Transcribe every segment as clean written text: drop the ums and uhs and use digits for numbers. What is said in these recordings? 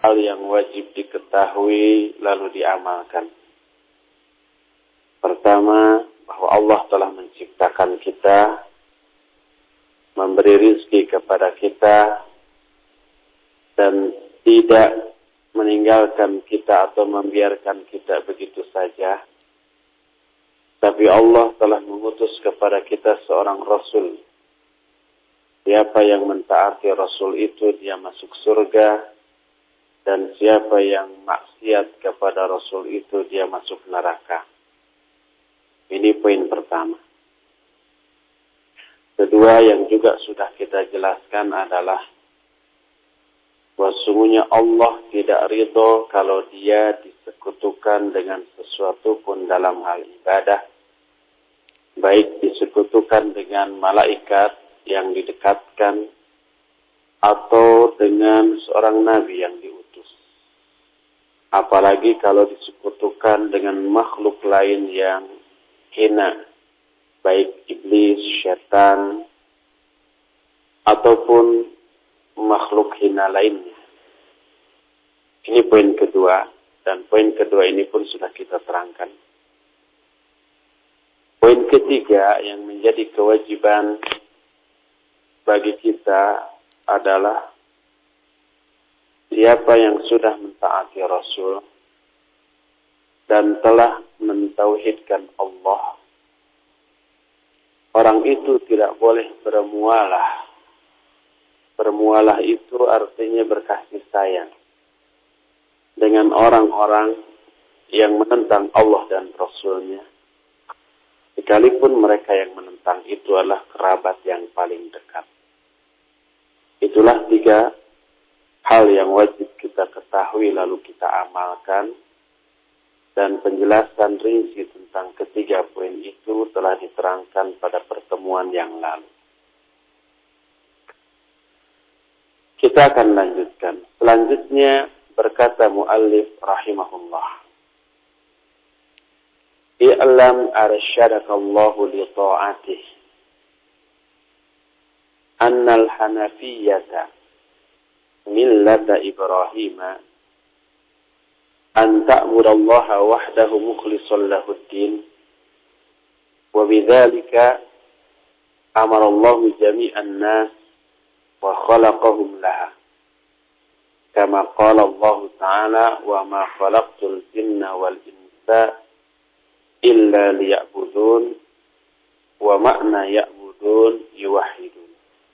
hal yang wajib diketahui lalu diamalkan. Pertama, bahwa Allah telah menciptakan kita, memberi rizki kepada kita, dan tidak meninggalkan kita atau membiarkan kita begitu saja. Tapi Allah telah mengutus kepada kita seorang Rasul. Siapa yang mentaati Rasul itu, dia masuk surga. Dan siapa yang maksiat kepada Rasul itu, dia masuk neraka. Ini poin pertama. Kedua yang juga sudah kita jelaskan adalah bahwa sungguhnya Allah tidak ridho kalau dia disekutukan dengan sesuatu pun dalam hal ibadah. Baik disekutukan dengan malaikat yang didekatkan atau dengan seorang nabi yang diutus. Apalagi kalau disekutukan dengan makhluk lain yang hina, baik iblis, syaitan, ataupun makhluk hina lainnya. Ini poin kedua, dan poin kedua ini pun sudah kita terangkan. Poin ketiga yang menjadi kewajiban bagi kita adalah siapa yang sudah mentaati Rasul dan telah mentauhidkan Allah, orang itu tidak boleh bermualah. Bermualah itu artinya berkasih sayang dengan orang-orang yang menentang Allah dan Rasulnya, sekalipun mereka yang menentang itu adalah kerabat yang paling dekat. Itulah 3 hal yang wajib kita ketahui lalu kita amalkan, dan penjelasan rinci tentang ketiga poin itu telah diterangkan pada pertemuan yang lalu. Kita akan lanjutkan. Selanjutnya berkata muallif rahimahullah, i'lam arsyadakallahu li ta'atih annal hanafiyyata millata Ibrahim an ta'budallaha wahdahu mukhlishan lahuddin wa bidzalika amara Allah jami'an nas wa khalaqahum laha kama qala Allah ta'ala wa ma khalaqtul jinna wal insa illa liya'budun wa ma'na ya'budun yuwahhidun.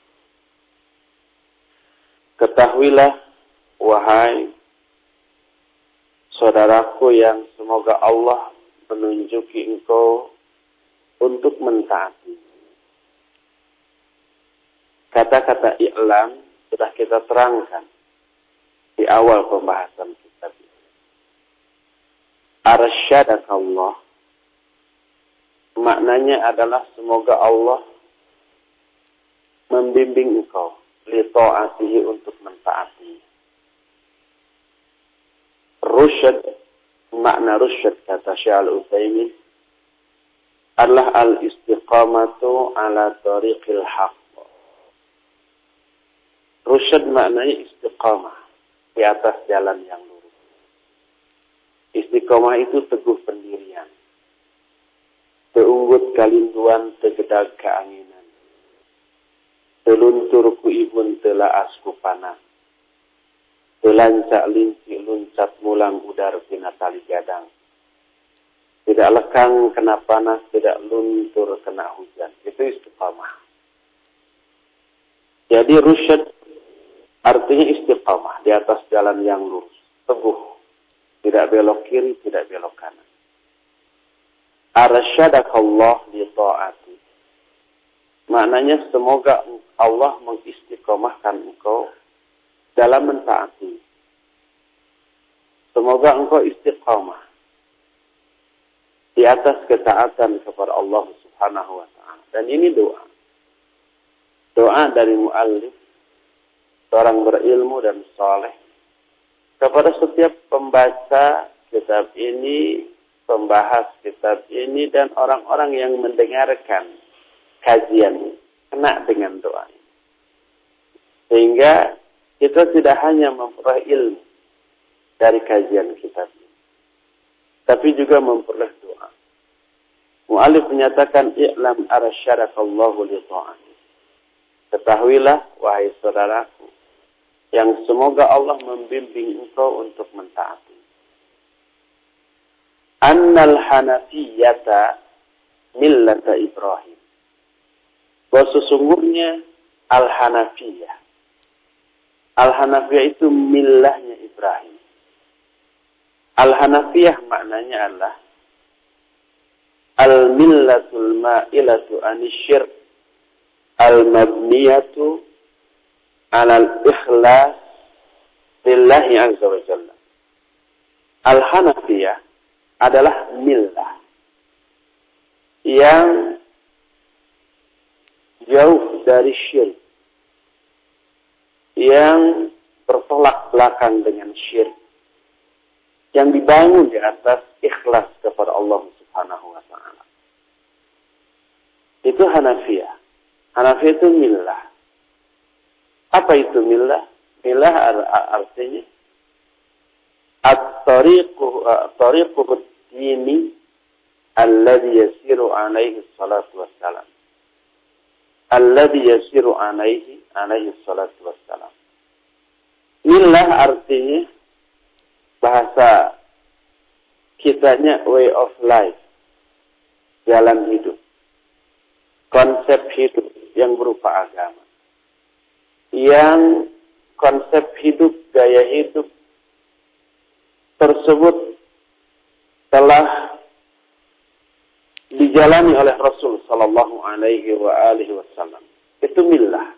Ketahuilah wahai saudaraku yang semoga Allah menunjuki engkau untuk mentaati. Kata-kata i'lam sudah kita terangkan di awal pembahasan kitab ini. Arsyadakallah maknanya adalah semoga Allah membimbing engkau li ta'atihi untuk mentaati. Rusyad, makna rusyad kata Syekh Al-Utsaimin adalah al-istiqamatu ala tariqil haqq. Rusyad maknanya istiqamah, di atas jalan yang lurus. Istiqamah itu teguh pendirian. Teunggut kalinduan tegedag keanginan. Teluntur ku ibun telaas ku panas. Telancak linci luncat mulang udar pinatali gadang. Tidak lekang kena panas, tidak luntur kena hujan. Itu istiqamah. Jadi rusyad artinya istiqamah, di atas jalan yang lurus, teguh. Tidak belok kiri, tidak belok kanan. Arsyadakallah li ta'ati. Maknanya semoga Allah mengistiqomahkan engkau dalam mentaati. Semoga engkau istiqamah di atas ketaatan kepada Allah Subhanahu wa ta'ala. Dan ini doa. Doa dari muallif, seorang berilmu dan saleh, kepada setiap pembaca kitab ini, pembahas kitab ini, dan orang-orang yang mendengarkan kajian ini, kena dengan doa ini. Sehingga kita tidak hanya memperoleh ilmu, dari kajian kitab ini. Tapi juga memperoleh doa. Mu'alif menyatakan, i'lam arsyadakallahu li ta'ati. Ketahuilah, wahai saudaraku, yang semoga Allah membimbing engkau untuk mentaati. Annal hanafiyata millata Ibrahim. Bahwa sesungguhnya al-hanafiyah. Al-hanafiyah itu millahnya Ibrahim. Al-hanafiyah maknanya adalah al-millatul ma'ilatu anisyirk al-mabniyatu alal ikhlas lillahi azza wa jalla. Al-hanafiyah adalah millah yang jauh dari syirik, yang bertolak belakang dengan syirik, yang dibangun di atas ikhlas kepada Allah Subhanahu wa ta'ala. Itu Hanafiyah. Hanafiyah itu millah. Apa itu millah? Millah artinya at-tariqu ad-dini alladhi yasiru alaihi salatu wassalam. Alladhi yasiru alaihi salatu wassalam. Millah artinya bahasa kitanya way of life, jalan hidup, konsep hidup yang berupa agama, yang konsep hidup, gaya hidup tersebut telah dijalani oleh Rasul sallallahu alaihi wasallam. Itu millah.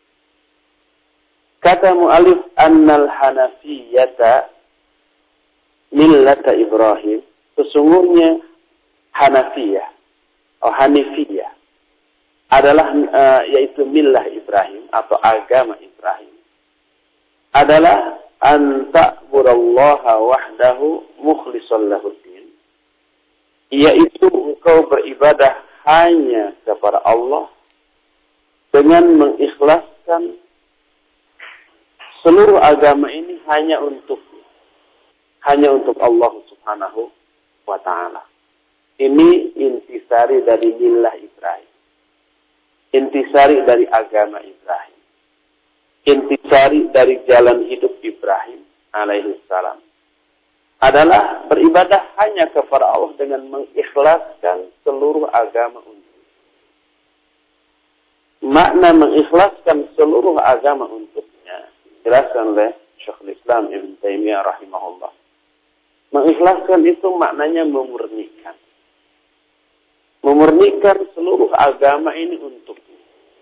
Kata mu'alif annal hanafiyata millata Ibrahim, sesungguhnya Hanafiyah atau Hanifiyah adalah yaitu millah Ibrahim atau agama Ibrahim, adalah an ta'budallaha wahdahu mukhlishan lahuddin, yaitu engkau beribadah hanya kepada Allah dengan mengikhlaskan seluruh agama ini hanya untuk Allah Subhanahu wa ta'ala. Ini intisari dari millah Ibrahim. Intisari dari agama Ibrahim. Intisari dari jalan hidup Ibrahim alaihi salam. Adalah beribadah hanya kepada Allah dengan mengikhlaskan seluruh agama untuknya. Makna mengikhlaskan seluruh agama untuknya dijelaskan oleh Syekhul Islam Ibn Taimiyah rahimahullah. Mengikhlaskan itu maknanya memurnikan. Memurnikan seluruh agama ini untuknya.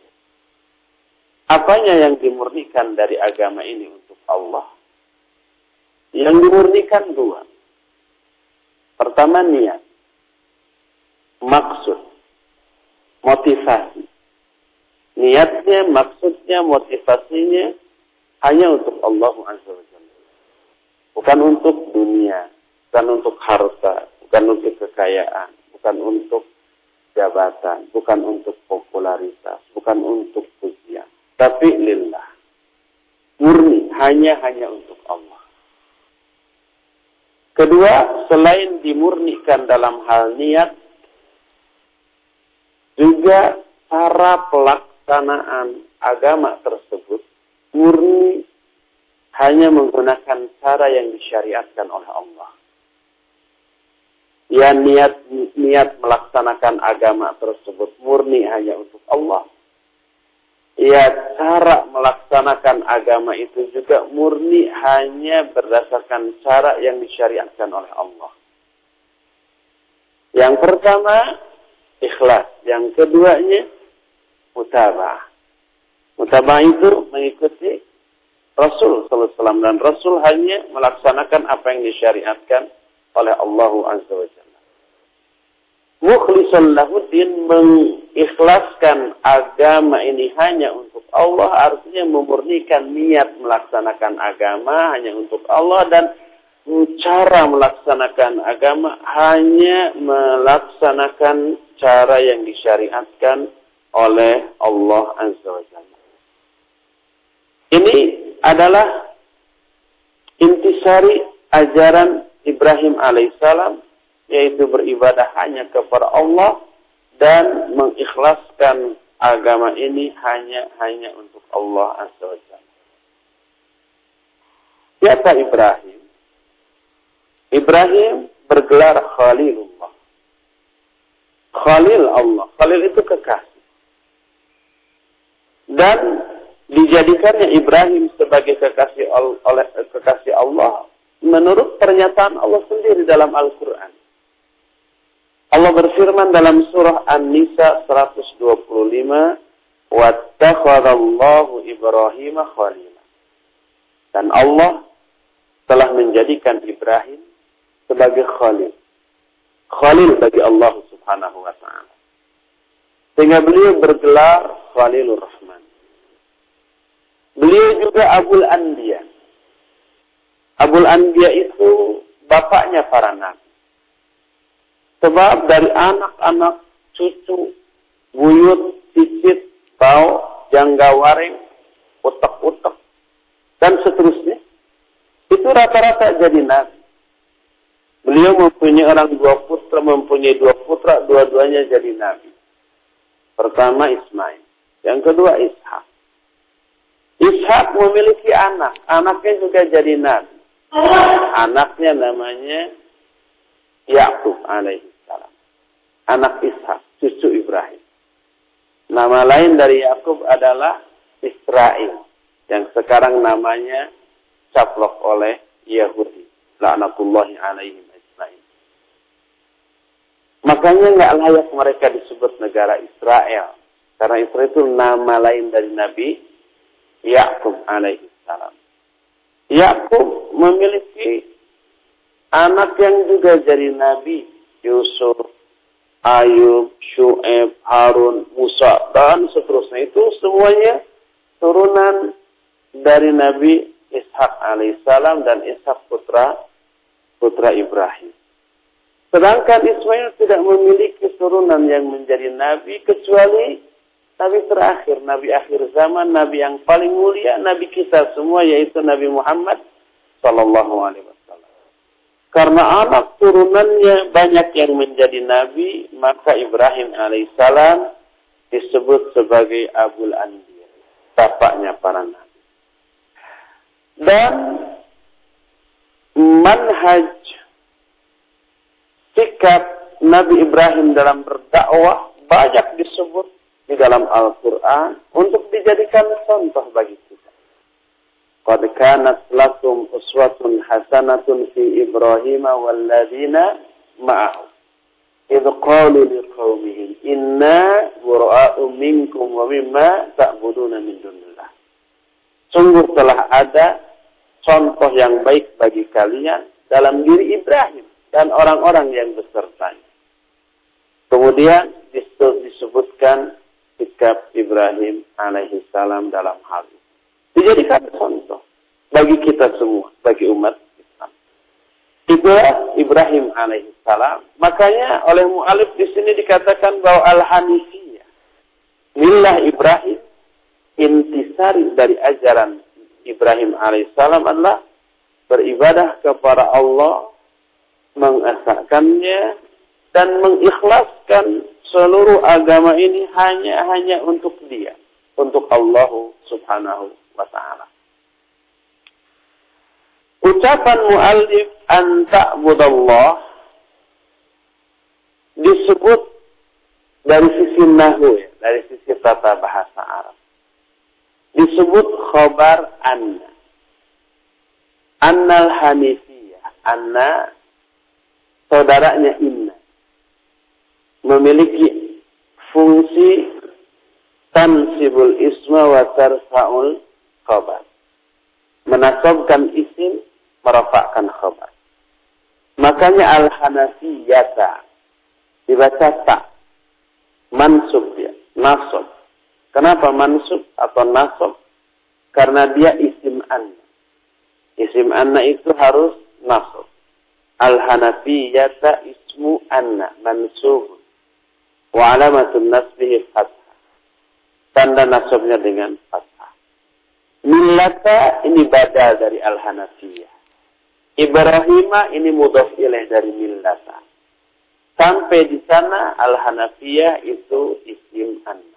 Apanya yang dimurnikan dari agama ini untuk Allah? Yang dimurnikan dua. Pertama niat. Maksud. Motivasi. Niatnya, maksudnya, motivasinya hanya untuk Allah Azza wa Jalla. Bukan untuk dunia. Bukan untuk harta, bukan untuk kekayaan, bukan untuk jabatan, bukan untuk popularitas, bukan untuk pujian, tapi lillah. Murni, hanya untuk Allah. Kedua, selain dimurnikan dalam hal niat, juga cara pelaksanaan agama tersebut murni hanya menggunakan cara yang disyariatkan oleh Allah. Ya niat melaksanakan agama tersebut murni hanya untuk Allah. Ya cara melaksanakan agama itu juga murni hanya berdasarkan cara yang disyariatkan oleh Allah. Yang pertama ikhlas, yang keduanya mutaba'ah. Mutaba'ah itu mengikuti Rasul sallallahu alaihi wasallam, dan Rasul hanya melaksanakan apa yang disyariatkan oleh Allah Azza wa Jalla. Mukhlishan lahuddin, mengikhlaskan agama ini hanya untuk Allah, artinya memurnikan niat melaksanakan agama hanya untuk Allah, dan cara melaksanakan agama hanya melaksanakan cara yang disyariatkan oleh Allah Azza wa Jalla. Ini adalah intisari ajaran Ibrahim alaihissalam, yaitu beribadah hanya kepada Allah dan mengikhlaskan agama ini hanya untuk Allah Azza wa Jalla. Siapa Ibrahim? Ibrahim bergelar Khalilullah. Khalil Allah. Khalil itu kekasih. Dan dijadikannya Ibrahim sebagai kekasih Allah menurut pernyataan Allah sendiri dalam Al-Quran. Allah berfirman dalam surah An-Nisa 125, "Wattakhadallahu Ibrahim khalila." Dan Allah telah menjadikan Ibrahim sebagai khalil. Khalil bagi Allah Subhanahu wa ta'ala. Sehingga beliau bergelar Khalilur Rahman. Beliau juga Abul Anbiya. Abul Anbiya itu bapaknya para nabi. Sebab dari anak-anak, cucu, buyut, cicit, bau, janggawaring, utek-utek, dan seterusnya, itu rata-rata jadi nabi. Beliau mempunyai dua putra, dua-duanya jadi nabi. Pertama Ismail, yang kedua Ishak. Ishak memiliki anak, anaknya juga jadi nabi. Anaknya namanya Yakub alaihissalam. Anak Ishak, cucu Ibrahim. Nama lain dari Yakub adalah Israel, yang sekarang namanya caplok oleh Yahudi. La'natullahi alaihim ajmain. Makanya nggak layak mereka disebut negara Israel. Karena Israel itu nama lain dari Nabi Yakub alaihissalam. Yakub memiliki anak yang juga jadi nabi. Yusuf, Ayub, Syu'aib, Harun, Musa, dan seterusnya. Itu semuanya turunan dari Nabi Ishak alaihissalam dan Ishak putra Ibrahim. Sedangkan Ismail tidak memiliki turunan yang menjadi nabi kecuali Nabi terakhir, Nabi akhir zaman, Nabi yang paling mulia, Nabi kita semua, yaitu Nabi Muhammad Sallallahu Alaihi Wasallam. Karena anak turunannya banyak yang menjadi Nabi, maka Ibrahim alaihissalam disebut sebagai Abul Anbiya, bapaknya para Nabi. Dan manhaj sikap Nabi Ibrahim dalam berdakwah banyak disebut di dalam Al-Quran untuk dijadikan contoh bagi kita. Qad kanat lakum uswatun hasanatun fi Ibrahim walladzina ma'ahu idh qalu liqaumihim inna bura'u minkum wa mimma ta'buduna min dunillah. Sungguh telah ada contoh yang baik bagi kalian dalam diri Ibrahim dan orang-orang yang besertanya. Kemudian disebutkan sikap Ibrahim alaihissalam dalam hal ini. Dijadikan contoh bagi kita semua, bagi umat Islam. Itulah Ibrahim alaihissalam. Makanya oleh mu'alif di sini dikatakan bahwa al-hanifiyah, millah Ibrahim, intisari dari ajaran Ibrahim alaihissalam adalah beribadah kepada Allah, mengesahkannya dan mengikhlaskan seluruh agama ini hanya untuk Dia, untuk Allah Subhanahu wa ta'ala. Ucapan mu'allif an ta'budallah disebut dari sisi nahwu, dari sisi tata bahasa Arab. Disebut khabar anna. Annal hanifiyah. Anna saudaranya inna. Memiliki fungsi tansibul isma wa tarfa'ul khabar. Menasabkan isim, merafa'kan khabar. Makanya al-hanafiyata dibaca ta. Mansub dia, nasab. Kenapa mansub atau nasab? Karena dia isim anna. Isim anna itu harus nasab. Al-hanafiyata ismu anna mansub. Wa alamatun nasbihi fathah. Tanda nasabnya dengan fathah. Millata ini badal dari al-hanafiyah. Ibrahimah ini mudhaf ilaih dari millata. Sampai di sana al-Hanafiyah itu isim anna.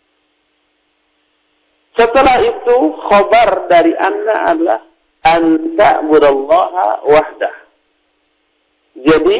Setelah itu khabar dari anna adalah an ta'budallaha wahdah. Jadi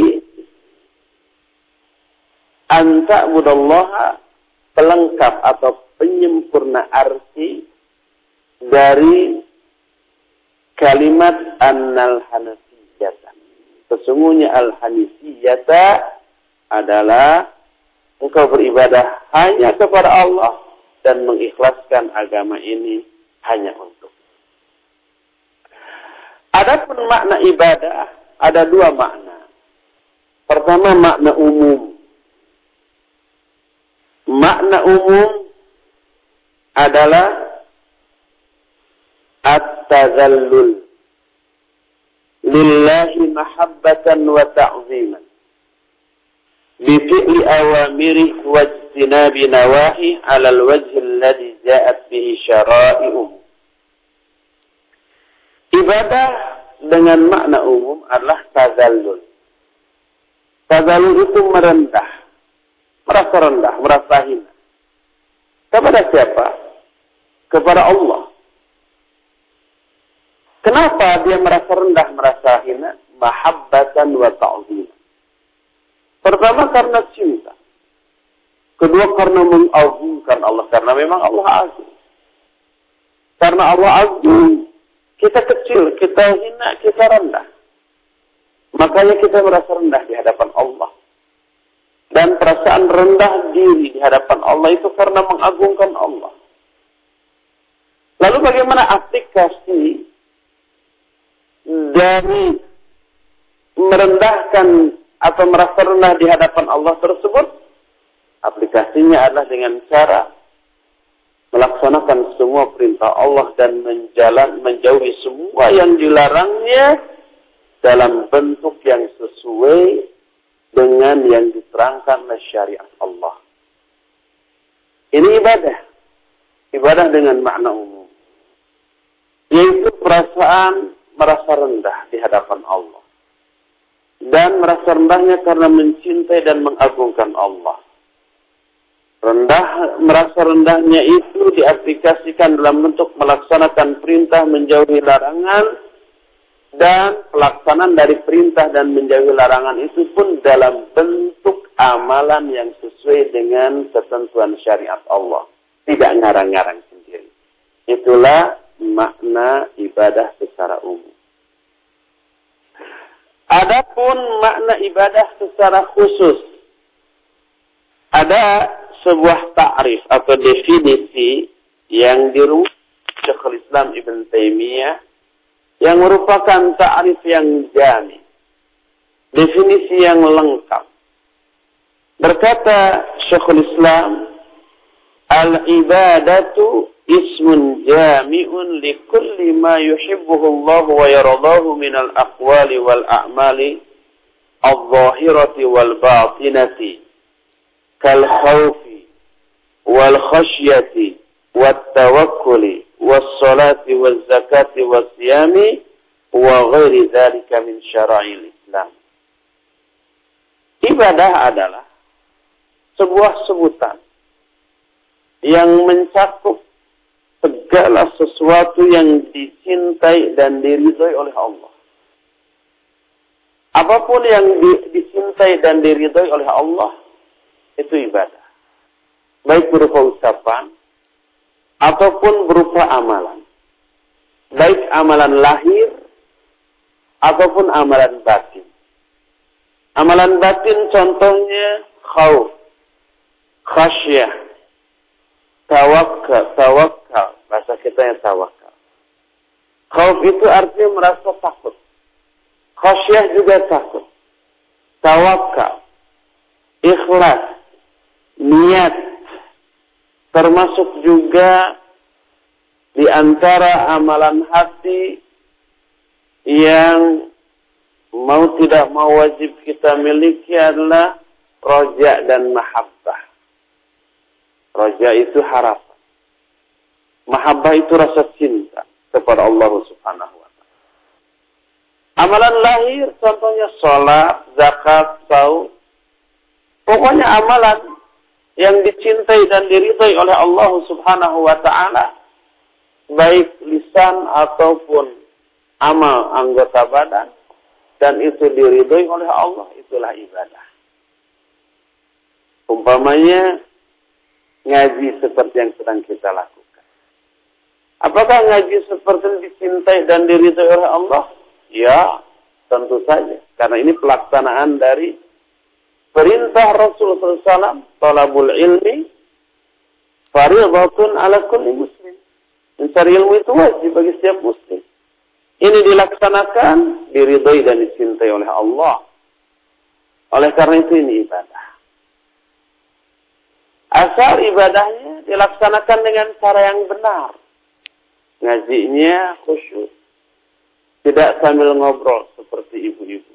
an ta'budallaha pelengkap atau penyempurna arti dari kalimat annal hanafiyata. Sesungguhnya al-hanifiyata adalah engkau beribadah hanya kepada Allah dan mengikhlaskan agama ini hanya untuk. Adapun makna ibadah ada dua makna. Pertama makna umum. Makna umum adalah at-tazallul lillahi mahabbatan wa ta'ziman bifi'li awamiri wa ijtinabi nawahi ala al-wajhi alladhi ja'at bihi syara'i'uh. Ibadah dengan makna umum adalah tazallul. Tazallul itu merendah, merasa rendah, merasa hina. Kepada siapa? Kepada Allah. Kenapa dia merasa rendah, merasa hina? Mahabbatan wa ta'zim. Pertama karena cinta. Kedua karena mengagungkan Allah. Karena memang Allah agung. Karena Allah agung, kita kecil, kita hina, kita rendah. Makanya kita merasa rendah di hadapan Allah. Dan perasaan rendah diri di hadapan Allah itu karena mengagungkan Allah. Lalu bagaimana aplikasi dari merendahkan atau merasa rendah di hadapan Allah tersebut? Aplikasinya adalah dengan cara melaksanakan semua perintah Allah dan menjauhi semua yang dilarangnya dalam bentuk yang sesuai dengan yang diterangkan oleh syariat Allah. Ini ibadah. Ibadah dengan makna umum. Yaitu perasaan merasa rendah di hadapan Allah. Dan merasa rendahnya karena mencintai dan mengagungkan Allah. Merasa rendahnya itu diaplikasikan dalam bentuk melaksanakan perintah menjauhi larangan. Dan pelaksanaan dari perintah dan menjauhi larangan itu pun dalam bentuk amalan yang sesuai dengan ketentuan syariat Allah. Tidak ngarang-ngarang sendiri. Itulah makna ibadah secara umum. Adapun makna ibadah secara khusus. Ada sebuah ta'rif atau definisi yang dirumuskan Syekhul Islam Ibn Taimiyah yang merupakan ta'rif yang jami. Definisi yang lengkap. Berkata Syekhul Islam, al-ibadatu ismun jami'un li kulli ma yuhibbuhu Allah wa yaradahu min al-aqwali wal a'mali al-zahirati wal batinati kal khawfi wal khasyati wat tawakkuli was salati waz zakati was siyami wa ghairi dzalika min syara'il Islam. Ibadah adalah sebuah sebutan yang mencakup segala sesuatu yang dicintai dan diridhoi oleh Allah. Apapun yang dicintai dan diridhoi oleh Allah, itu ibadah. Baik berupa ucapan, ataupun berupa amalan. Baik amalan lahir, ataupun amalan batin. Amalan batin contohnya khauf, khasyah, tawakal, bahasa kita yang tawakal. Khauf itu artinya merasa takut. Khasyah juga takut. Tawakal, ikhlas, niat, termasuk juga di antara amalan hati yang mau tidak mau wajib kita miliki adalah roja dan mahabbah. Roja itu harapan. Mahabbah itu rasa cinta kepada Allah Subhanahu wa ta'ala. Amalan lahir contohnya sholat, zakat, saum. Pokoknya amalan yang dicintai dan diridhai oleh Allah Subhanahu wa taala, baik lisan ataupun amal anggota badan, dan itu diridhai oleh Allah, itulah ibadah. Umpamanya ngaji seperti yang sedang kita lakukan. Apakah ngaji seperti yang dicintai dan diridhai oleh Allah? Ya, tentu saja. Karena ini pelaksanaan dari perintah Rasulullah SAW, talabul ilmi fardhatun ala kulli muslim. Mencari ilmu itu wajib bagi setiap muslim. Ini dilaksanakan, diridhai dan dicintai oleh Allah. Oleh karena itu ini ibadah. Asal ibadahnya dilaksanakan dengan cara yang benar. Ngajinya khusyuk. Tidak sambil ngobrol seperti ibu-ibu.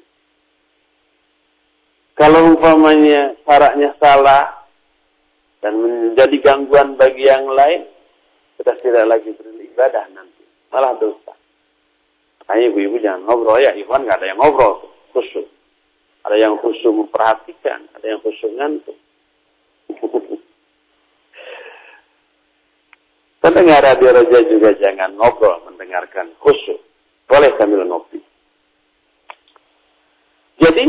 Kalau umpamanya caranya salah dan menjadi gangguan bagi yang lain, kita tidak lagi beribadah nanti. Malah dosa. Makanya ibu-ibu jangan ngobrol ya. Ikhwan nggak ada yang ngobrol. Khusyuk. Ada yang khusyuk memperhatikan. Ada yang khusyuk ngantuk. Pendengar Radio Roja juga jangan ngobrol mendengarkan khusyuk. Boleh sambil ngopi. Jadi,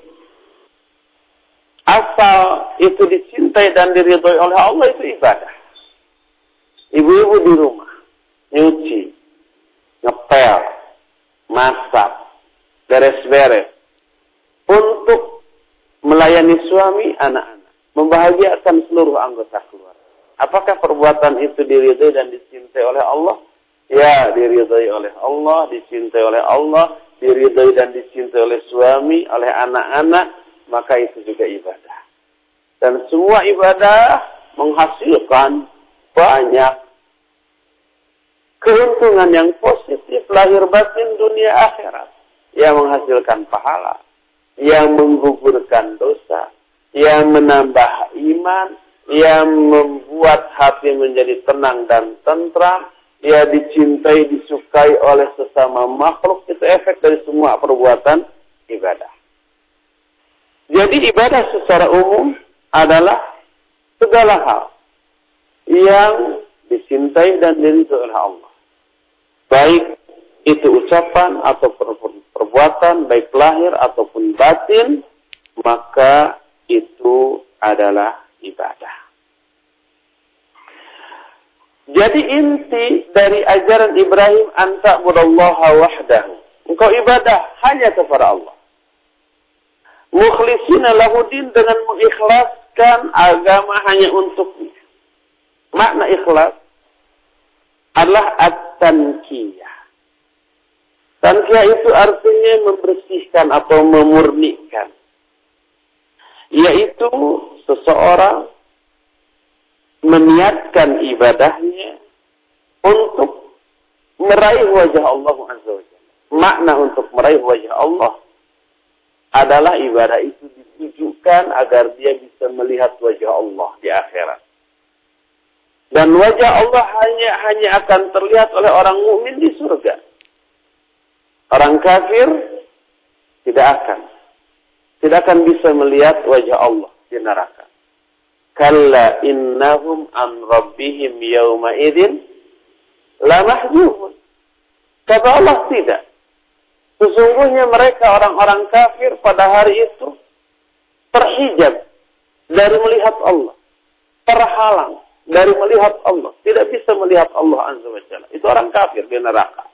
asal itu dicintai dan diridhoi oleh Allah, itu ibadah. Ibu-ibu di rumah, nyuci, ngepel, masak, beres-beres, untuk melayani suami, anak-anak, membahagiakan seluruh anggota keluarga. Apakah perbuatan itu diridhoi dan dicintai oleh Allah? Ya, diridhai oleh Allah, dicintai oleh Allah, diridhai dan dicintai oleh suami, oleh anak-anak, maka itu juga ibadah. Dan semua ibadah menghasilkan banyak keuntungan yang positif lahir batin dunia akhirat. Yang menghasilkan pahala, yang menggugurkan dosa, yang menambah iman, yang membuat hati menjadi tenang dan tentram, ya dicintai, disukai oleh sesama makhluk, itu efek dari semua perbuatan ibadah. Jadi ibadah secara umum adalah segala hal yang dicintai dan diridhai oleh Allah. Baik itu ucapan atau perbuatan, baik lahir ataupun batin, maka itu adalah ibadah. Jadi inti dari ajaran Ibrahim anta'budallaha wahdahu. Engkau ibadah hanya kepada Allah. Mukhlishina lahudin, dengan mengikhlaskan agama hanya untuknya. Makna ikhlas adalah at-tankiyah. Tankiyah itu artinya membersihkan atau memurnikan. Yaitu seseorang meniatkan ibadahnya untuk meraih wajah Allah Azza wa Jalla. Makna untuk meraih wajah Allah adalah ibadah itu ditujukan agar dia bisa melihat wajah Allah di akhirat. Dan wajah Allah hanya akan terlihat oleh orang mukmin di surga. Orang kafir tidak akan bisa melihat wajah Allah di neraka. Kalla innahum an rabbihim yawma idzin la mahjubun. Kata Allah tidak. Sesungguhnya mereka orang-orang kafir pada hari itu terhijab dari melihat Allah. Terhalang dari melihat Allah. Tidak bisa melihat Allah Azza wa Jalla. Itu orang kafir di neraka.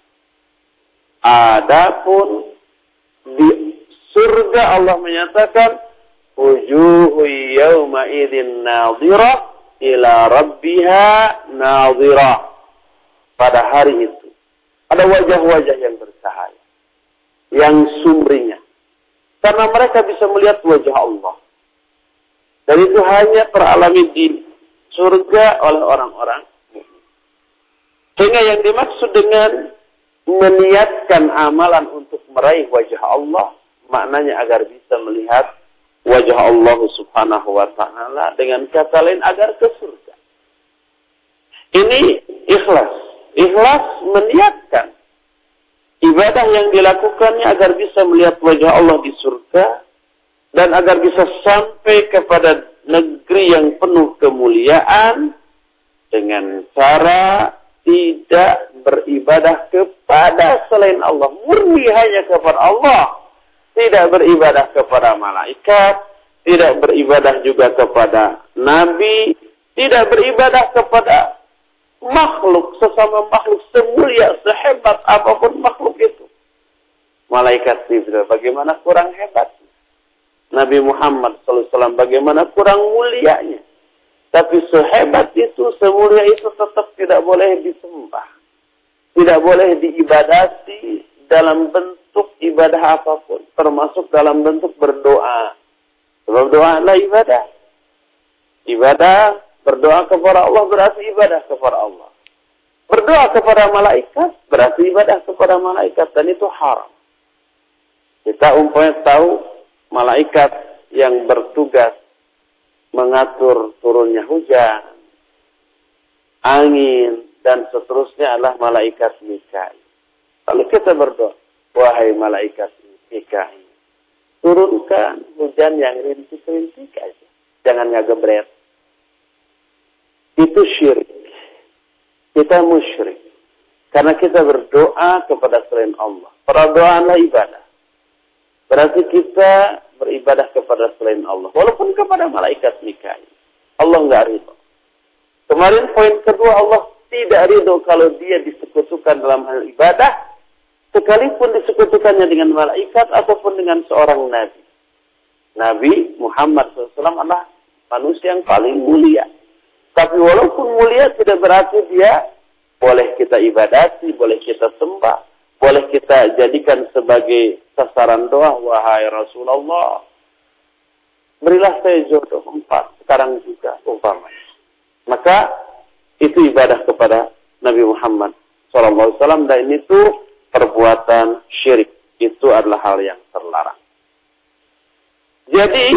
Adapun di surga Allah menyatakan wujuhu yawma idzin nadhirah ila rabbiha nadhirah. Pada hari itu ada wajah-wajah yang bercahaya, yang sumringah, karena mereka bisa melihat wajah Allah. Dan itu hanya teralami di surga oleh orang-orang mukmin. Sehingga yang dimaksud dengan meniatkan amalan untuk meraih wajah Allah, maknanya agar bisa melihat wajah Allah Subhanahu wa ta'ala, dengan kata lain agar ke surga. Ini ikhlas. Ikhlas meniatkan Ibadah yang dilakukannya agar bisa melihat wajah Allah di surga dan agar bisa sampai kepada negeri yang penuh kemuliaan dengan cara tidak beribadah kepada selain Allah. Murni hanya kepada Allah. Tidak beribadah kepada malaikat. Tidak beribadah juga kepada nabi. Tidak beribadah kepada makhluk. Sesama makhluk semulia, sehebat apapun makhluk itu. Malaikat Jibril bagaimana kurang hebat. Nabi Muhammad SAW bagaimana kurang mulianya. Tapi sehebat itu, semulia itu tetap tidak boleh disembah. Tidak boleh diibadati dalam bentuk ibadah apapun. Termasuk dalam bentuk berdoa. Sebab doa adalah ibadah. Ibadah, berdoa kepada Allah berarti ibadah kepada Allah. Berdoa kepada malaikat berarti ibadah kepada malaikat. Dan itu haram. Kita umpamanya tahu malaikat yang bertugas mengatur turunnya hujan, angin, dan seterusnya adalah malaikat Mikail. Lalu kita berdoa, wahai malaikat Mikail, turunkan hujan yang rintik-rintik aja. Jangan ngegebret. Itu syirik. Kita musyrik. Karena kita berdoa kepada selain Allah. Doa adalah ibadah. Berarti kita beribadah kepada selain Allah. Walaupun kepada malaikat Mikail. Allah enggak ridho. Kemarin poin kedua, Allah tidak ridho kalau dia disekutukan dalam hal ibadah. Sekalipun disekutukannya dengan malaikat ataupun dengan seorang nabi. Nabi Muhammad SAW adalah manusia yang paling mulia. Tapi walaupun mulia tidak berarti dia boleh kita ibadati, boleh kita sembah. Boleh kita jadikan sebagai sasaran doa, wahai Rasulullah. Berilah saya jodoh 4, sekarang juga umpamanya. Maka itu ibadah kepada Nabi Muhammad SAW dan itu perbuatan syirik. Itu adalah hal yang terlarang. Jadi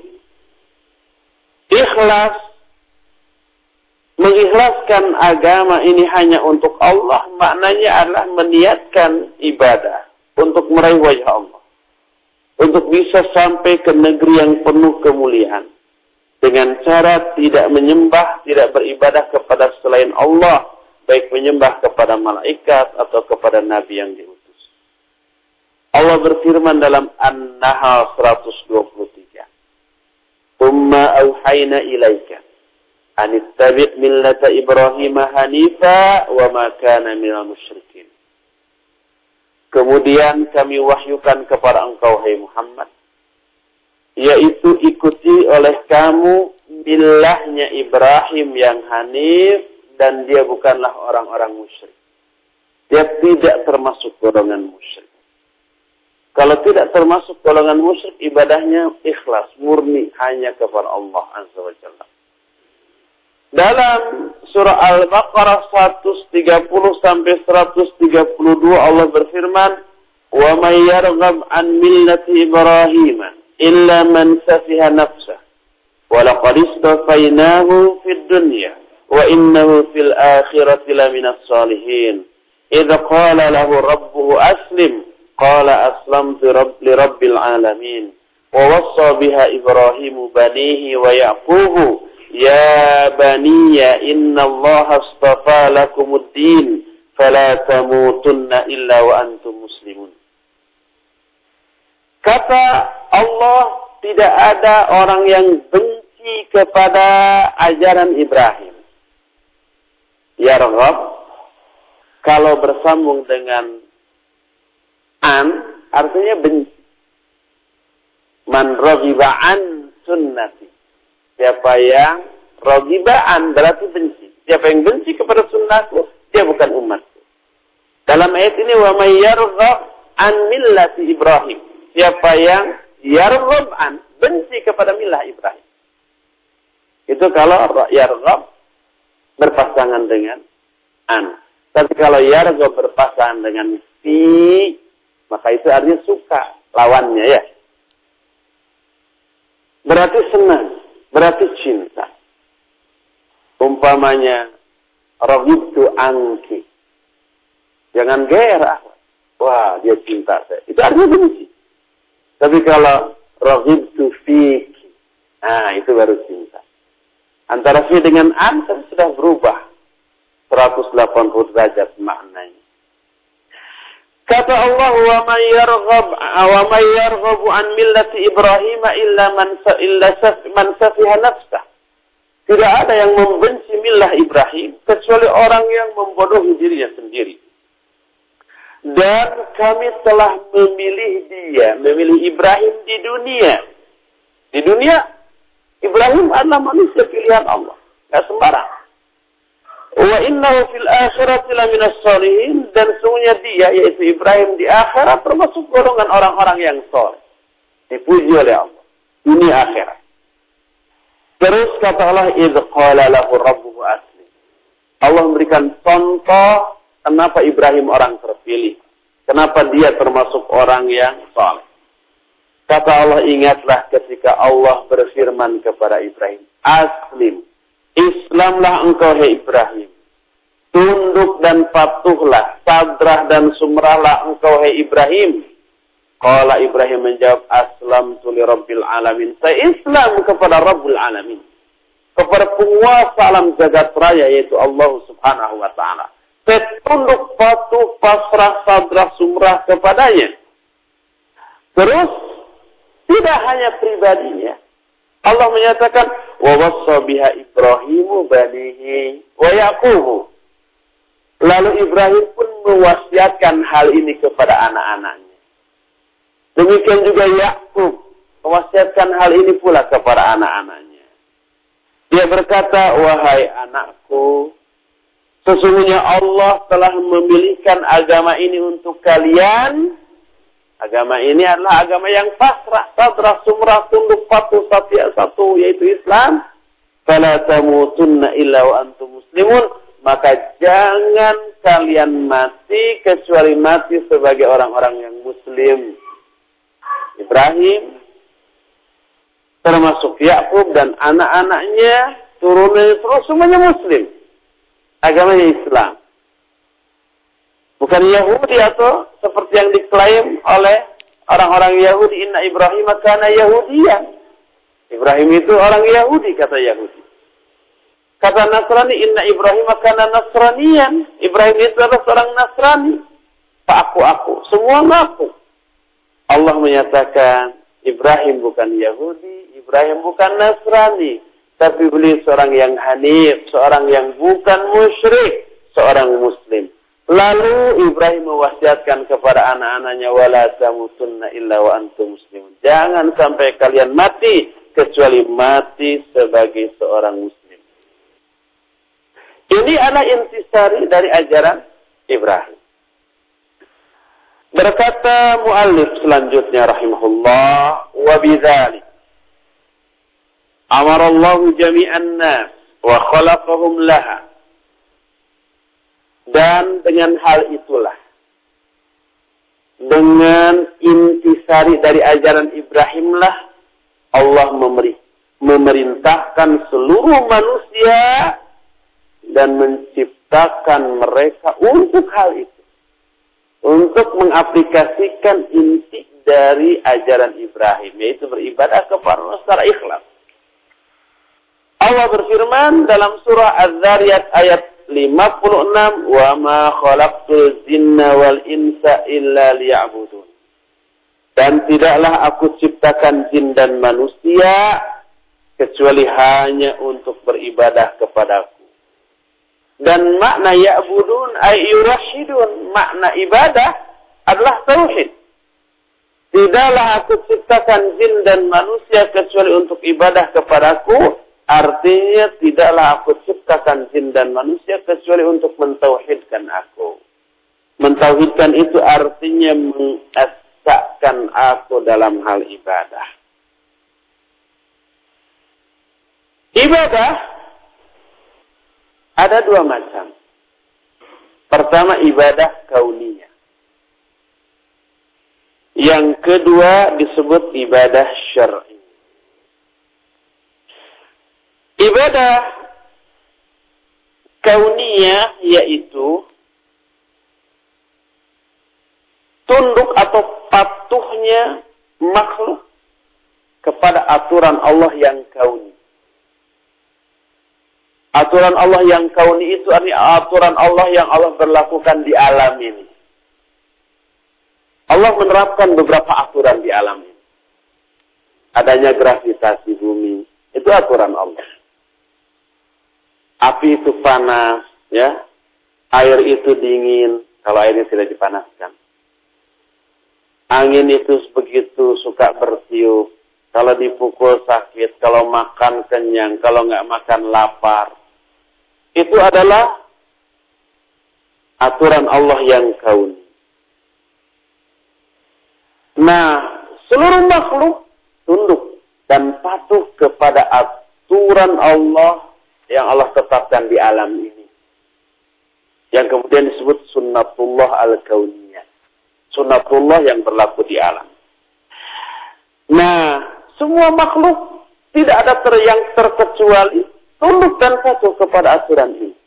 ikhlas, mengikhlaskan agama ini hanya untuk Allah, maknanya adalah meniatkan ibadah untuk meraih wajah Allah. Untuk bisa sampai ke negeri yang penuh kemuliaan. Dengan cara tidak menyembah, tidak beribadah kepada selain Allah. Baik menyembah kepada malaikat atau kepada nabi yang diutus. Allah berfirman dalam An-Nahl 123. Tsumma auhayna ilaika anittabi' millata Ibrahim hanifa wa ma kana minal musyrikin. Kemudian kami wahyukan kepada engkau, hai Muhammad, yaitu ikuti oleh kamu millahnya Ibrahim yang hanif dan dia bukanlah orang-orang musyrik. Dia tidak termasuk golongan musyrik. Kalau tidak termasuk golongan musyrik, ibadahnya ikhlas, murni hanya kepada Allah Azza wa Jalla. Dalam surah Al-Baqarah 130 sampai 132 Allah berfirman, "Wa may yarghab an millati Ibrahim illa man safiha nafsah wa laqad istafainahu fid dunya wa innahu fil akhirati laminas salihin. Idz qala lahu rabbuhu aslim qala aslamtu li rabbil alamin wa wassa biha Ibrahimu banihi wa Yaqubu ya baniya inna Allah astafa lakumuddin fala tamutunna illa wa antum muslimun." Kata Allah, tidak ada orang yang benci kepada ajaran Ibrahim. Yarghab kalau bersambung dengan an artinya benci. Man raghiba an sunnati. Siapa yang ragibaan berarti benci. Siapa yang benci kepada sunnahku, dia bukan umatku. Dalam ayat ini, wa may yarghab an millati Ibrahim. Siapa yang yarghab an, benci kepada milah Ibrahim. Itu kalau yarghab berpasangan dengan an. Tapi kalau yarghab berpasangan dengan fi, maka itu artinya suka, lawannya ya. Berarti senang. Berarti cinta. Umpamanya, raghibtu anki. Jangan gairah. wah dia cinta saya. Itu artinya benci. Tapi kalau raghibtu fiki, nah itu baru cinta. Antara fi dengan an kan sudah berubah 180 derajat maknanya. Kata Allah, wa man yarghabu an millati Ibrahim illa man safiha nafsah. Tidak ada yang membenci milah Ibrahim kecuali orang yang membodohi dirinya sendiri. Dan kami telah memilih Ibrahim di dunia. Di dunia, Ibrahim adalah manusia pilihan Allah. Tidak sembarang. Wa innahu fil akhirati laminas sholihin, dan sungguhnya dia, yaitu Ibrahim, di akhirat termasuk golongan orang-orang yang saleh. Dipuji oleh Allah. Ini akhirat. Terus kata Allah, idh qala lahu rabbuhu aslim. Allah memberikan contoh kenapa Ibrahim orang terpilih. Kenapa dia termasuk orang yang saleh. Kata Allah, ingatlah ketika Allah berfirman kepada Ibrahim, aslim. Islamlah engkau, hai Ibrahim. Tunduk dan patuhlah, sadrah dan sumrahlah engkau, hai Ibrahim. Qala Ibrahim menjawab, aslamtu li rabbil alamin. Saya Islam kepada Rabbul Alamin. Kepada penguasa alam jagat raya, yaitu Allah subhanahu wa ta'ala. Saya tunduk, patuh, pasrah, sadrah, sumrah kepadanya. Terus, tidak hanya pribadinya. Allah menyatakan, wa wassa biha Ibrahimu banihi wa Yaqubu. Lalu Ibrahim pun mewasiatkan hal ini kepada anak-anaknya. Demikian juga Yakub mewasiatkan hal ini pula kepada anak-anaknya. Dia berkata, wahai anakku, sesungguhnya Allah telah memilihkan agama ini untuk kalian. Agama ini adalah agama yang pasrah, sadrah, sumrah, tunduk, patuh, satu, yaitu Islam. Fala tamutunna illa wa antum muslimun. Maka jangan kalian mati kecuali mati sebagai orang-orang yang muslim. Ibrahim, termasuk Yakub dan anak-anaknya, turunannya terus semuanya muslim. Agamanya Islam. Bukan Yahudi atau seperti yang diklaim oleh orang-orang Yahudi, inna Ibrahim kana Yahudiyan. Ibrahim itu orang Yahudi, kata Yahudi. Kata Nasrani, inna Ibrahim kana Nasraniyan. Ibrahim itu adalah seorang Nasrani. Pak aku. Semua ngaku. Allah menyatakan, Ibrahim bukan Yahudi, Ibrahim bukan Nasrani. Tapi beliau seorang yang hanif, seorang yang bukan musyrik, seorang muslim. Lalu Ibrahim mewasiatkan kepada anak-anaknya, wala tamutunna illa wa antum muslimun. Jangan sampai kalian mati kecuali mati sebagai seorang muslim. Ini adalah intisari dari ajaran Ibrahim. Berkata muallif selanjutnya rahimahullah, wa bidzalik amarallahu jami'an nas wa khalaqahum laha. Dan dengan hal itulah, dengan intisari dari ajaran Ibrahimlah, Allah memerintahkan seluruh manusia dan menciptakan mereka untuk hal itu. Untuk mengaplikasikan inti dari ajaran Ibrahim, yaitu beribadah kepada Allah secara ikhlas. Allah berfirman dalam surah Az-Zariyat ayat 56, wa ma khalaqtul jinna wal insa illa liya'budun. Dan tidaklah aku ciptakan jin dan manusia kecuali hanya untuk beribadah kepadaku. Dan makna ya'budun ay yurahidun, makna ibadah adalah tauhid. Tidaklah aku ciptakan jin dan manusia kecuali untuk ibadah kepadaku. Artinya tidaklah aku ciptakan jin dan manusia kecuali untuk mentauhidkan aku. Mentauhidkan itu artinya mengesahkan aku dalam hal ibadah. Ibadah ada dua macam. Pertama, ibadah kauniyah. Yang kedua disebut ibadah syar'i. Ibadah kauniyah yaitu tunduk atau patuhnya makhluk kepada aturan Allah yang kauni. Aturan Allah yang kauni itu artinya aturan Allah yang Allah berlakukan di alam ini. Allah menerapkan beberapa aturan di alam ini. Adanya gravitasi bumi, itu aturan Allah. Api itu panas, ya. Air itu dingin, kalau airnya tidak dipanaskan. Angin itu begitu suka bertiup. Kalau dipukul sakit, kalau makan kenyang, kalau nggak makan lapar. Itu adalah aturan Allah yang kauni. Nah, seluruh makhluk tunduk dan patuh kepada aturan Allah yang Allah tetapkan di alam ini. Yang kemudian disebut sunnatullah al-kauniyah. Sunnatullah yang berlaku di alam. Nah, semua makhluk tidak ada yang terkecuali tunduk dan patuh kepada aturan ini.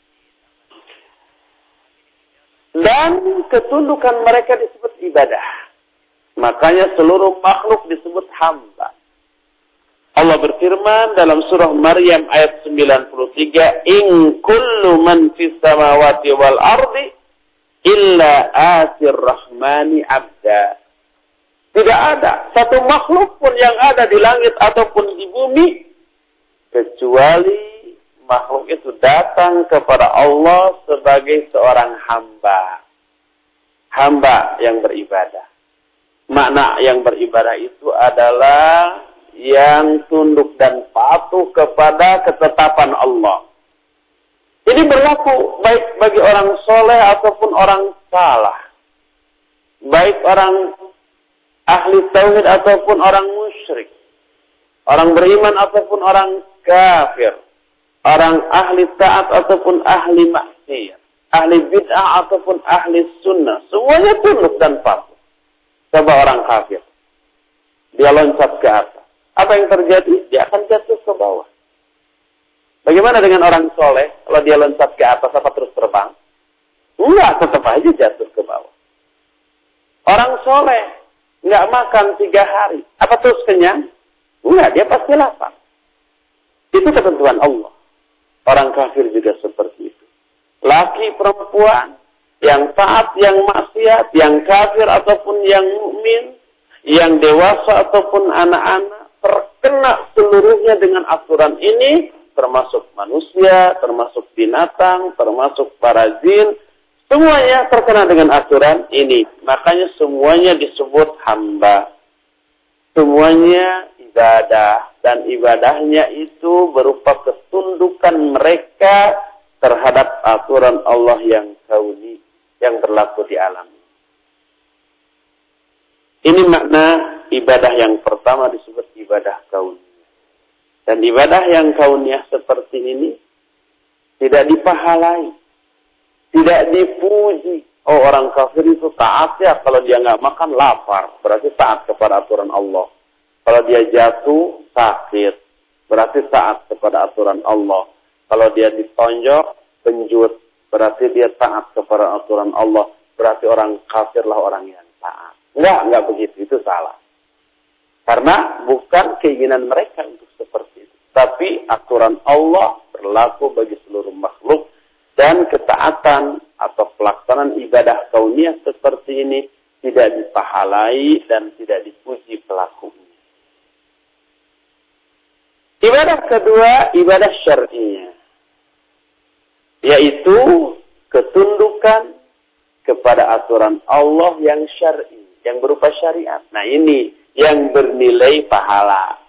Dan ketundukan mereka disebut ibadah. Makanya seluruh makhluk disebut hamba. Allah berfirman dalam surah Maryam ayat 93, "In kullu man fis samawati wal ardi illa atir rahmani 'abda." Tidak ada satu makhluk pun yang ada di langit ataupun di bumi kecuali makhluk itu datang kepada Allah sebagai seorang hamba. Hamba yang beribadah. Makna yang beribadah itu adalah yang tunduk dan patuh kepada ketetapan Allah. Ini berlaku baik bagi orang soleh ataupun orang salah. Baik orang ahli tauhid ataupun orang musyrik. Orang beriman ataupun orang kafir. Orang ahli taat ataupun ahli maksiat. Ahli bid'ah ataupun ahli sunnah. Semuanya tunduk dan patuh. Coba orang kafir. Dia loncat ke atas. Apa yang terjadi? Dia akan jatuh ke bawah. Bagaimana dengan orang soleh? Kalau dia loncat ke atas, apa terus terbang? Enggak, tetap aja jatuh ke bawah. Orang soleh nggak makan 3 hari. Apa terus kenyang? Enggak, dia pasti lapar. Itu ketentuan Allah. Orang kafir juga seperti itu. Laki, perempuan, yang taat, yang maksiat, yang kafir ataupun yang mukmin, yang dewasa ataupun anak-anak, terkena seluruhnya dengan aturan ini, termasuk manusia, termasuk binatang, termasuk para jin, semuanya terkena dengan aturan ini. Makanya semuanya disebut hamba. Semuanya ibadah. Dan ibadahnya itu berupa ketundukan mereka terhadap aturan Allah yang kauni, yang berlaku di alam. Ini makna ibadah yang pertama disebut ibadah kauniyah. Dan ibadah yang kauniyah seperti ini tidak dipahalai, tidak dipuji. Oh, orang kafir itu taat ya, kalau dia nggak makan lapar, berarti taat kepada aturan Allah. Kalau dia jatuh sakit, berarti taat kepada aturan Allah. Kalau dia ditonjok, penjut, berarti dia taat kepada aturan Allah. Berarti orang kafirlah orang yang taat. Enggak begitu, itu salah. Karena bukan keinginan mereka untuk seperti itu. Tapi aturan Allah berlaku bagi seluruh makhluk. Dan ketaatan atau pelaksanaan ibadah kauniyah seperti ini tidak dipahalai dan tidak dipuji pelakunya. Ibadah kedua, ibadah syar'iyah. Yaitu ketundukan kepada aturan Allah yang syar'i, yang berupa syariat. Nah ini yang bernilai pahala.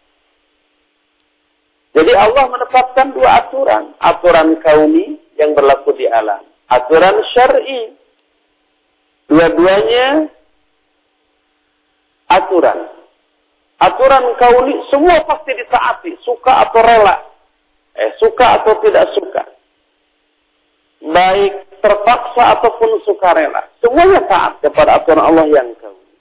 Jadi Allah menetapkan 2 aturan. Aturan kauni yang berlaku di alam. Aturan syar'i. Dua-duanya aturan. Aturan kauni semua pasti ditaati. Suka atau rela. Suka atau tidak suka. Baik terpaksa ataupun sukarela. Semuanya taat kepada aturan Allah yang kauni.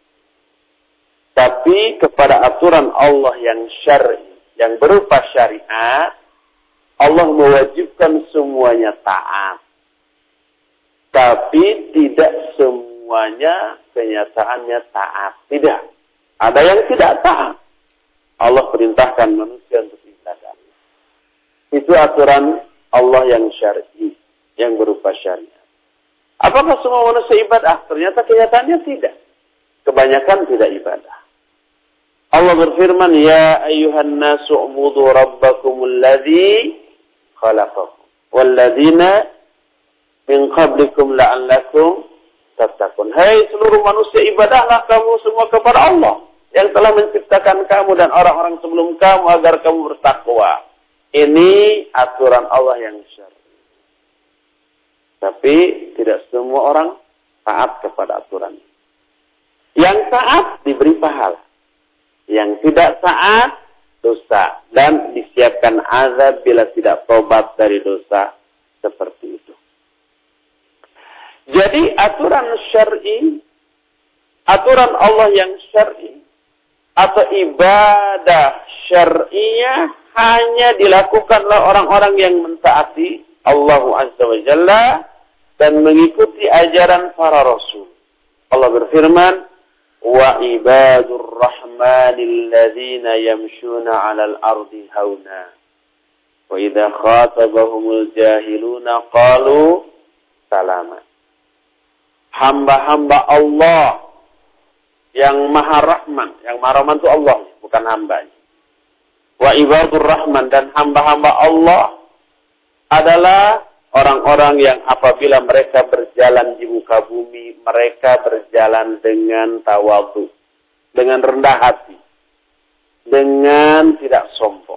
Tapi kepada aturan Allah yang syar'i, yang berupa syariat, Allah mewajibkan semuanya taat. Tapi tidak semuanya kenyataannya taat. Tidak. Ada yang tidak taat. Allah perintahkan manusia untuk ibadah. Itu aturan Allah yang syar'i, yang berupa syariat. Apakah semua manusia ibadah? Ternyata kenyataannya tidak. Kebanyakan tidak ibadah. Allah berfirman, Ya ayyuhan nasu ubudu rabbakumul ladzi khalaqakum walladzina min qablikum la'allakum tattaqun. Hai seluruh manusia, ibadahlah kamu semua kepada Allah yang telah menciptakan kamu dan orang-orang sebelum kamu agar kamu bertakwa. Ini aturan Allah yang syar'i. Tapi tidak semua orang taat kepada aturan. Yang taat diberi pahala. Yang tidak taat dosa dan disiapkan azab bila tidak tobat dari dosa seperti itu. Jadi aturan syar'i, aturan Allah yang syar'i atau ibadah syar'iyah hanya dilakukanlah orang-orang yang mentaati Allah Azza wa Jalla dan mengikuti ajaran para rasul. Allah berfirman, wa ibadur rahmanil ladzina yamshuna 'alal ardi hauna wa idza khatabahumul jahiluna qalu salama. Hamba-hamba Allah yang Maha Rahman, yang Maha Rahman itu Allah, bukan hambanya. Wa ibadur rahman, dan hamba-hamba Allah adalah orang-orang yang apabila mereka berjalan di muka bumi, mereka berjalan dengan tawadhu, dengan rendah hati, dengan tidak sombong.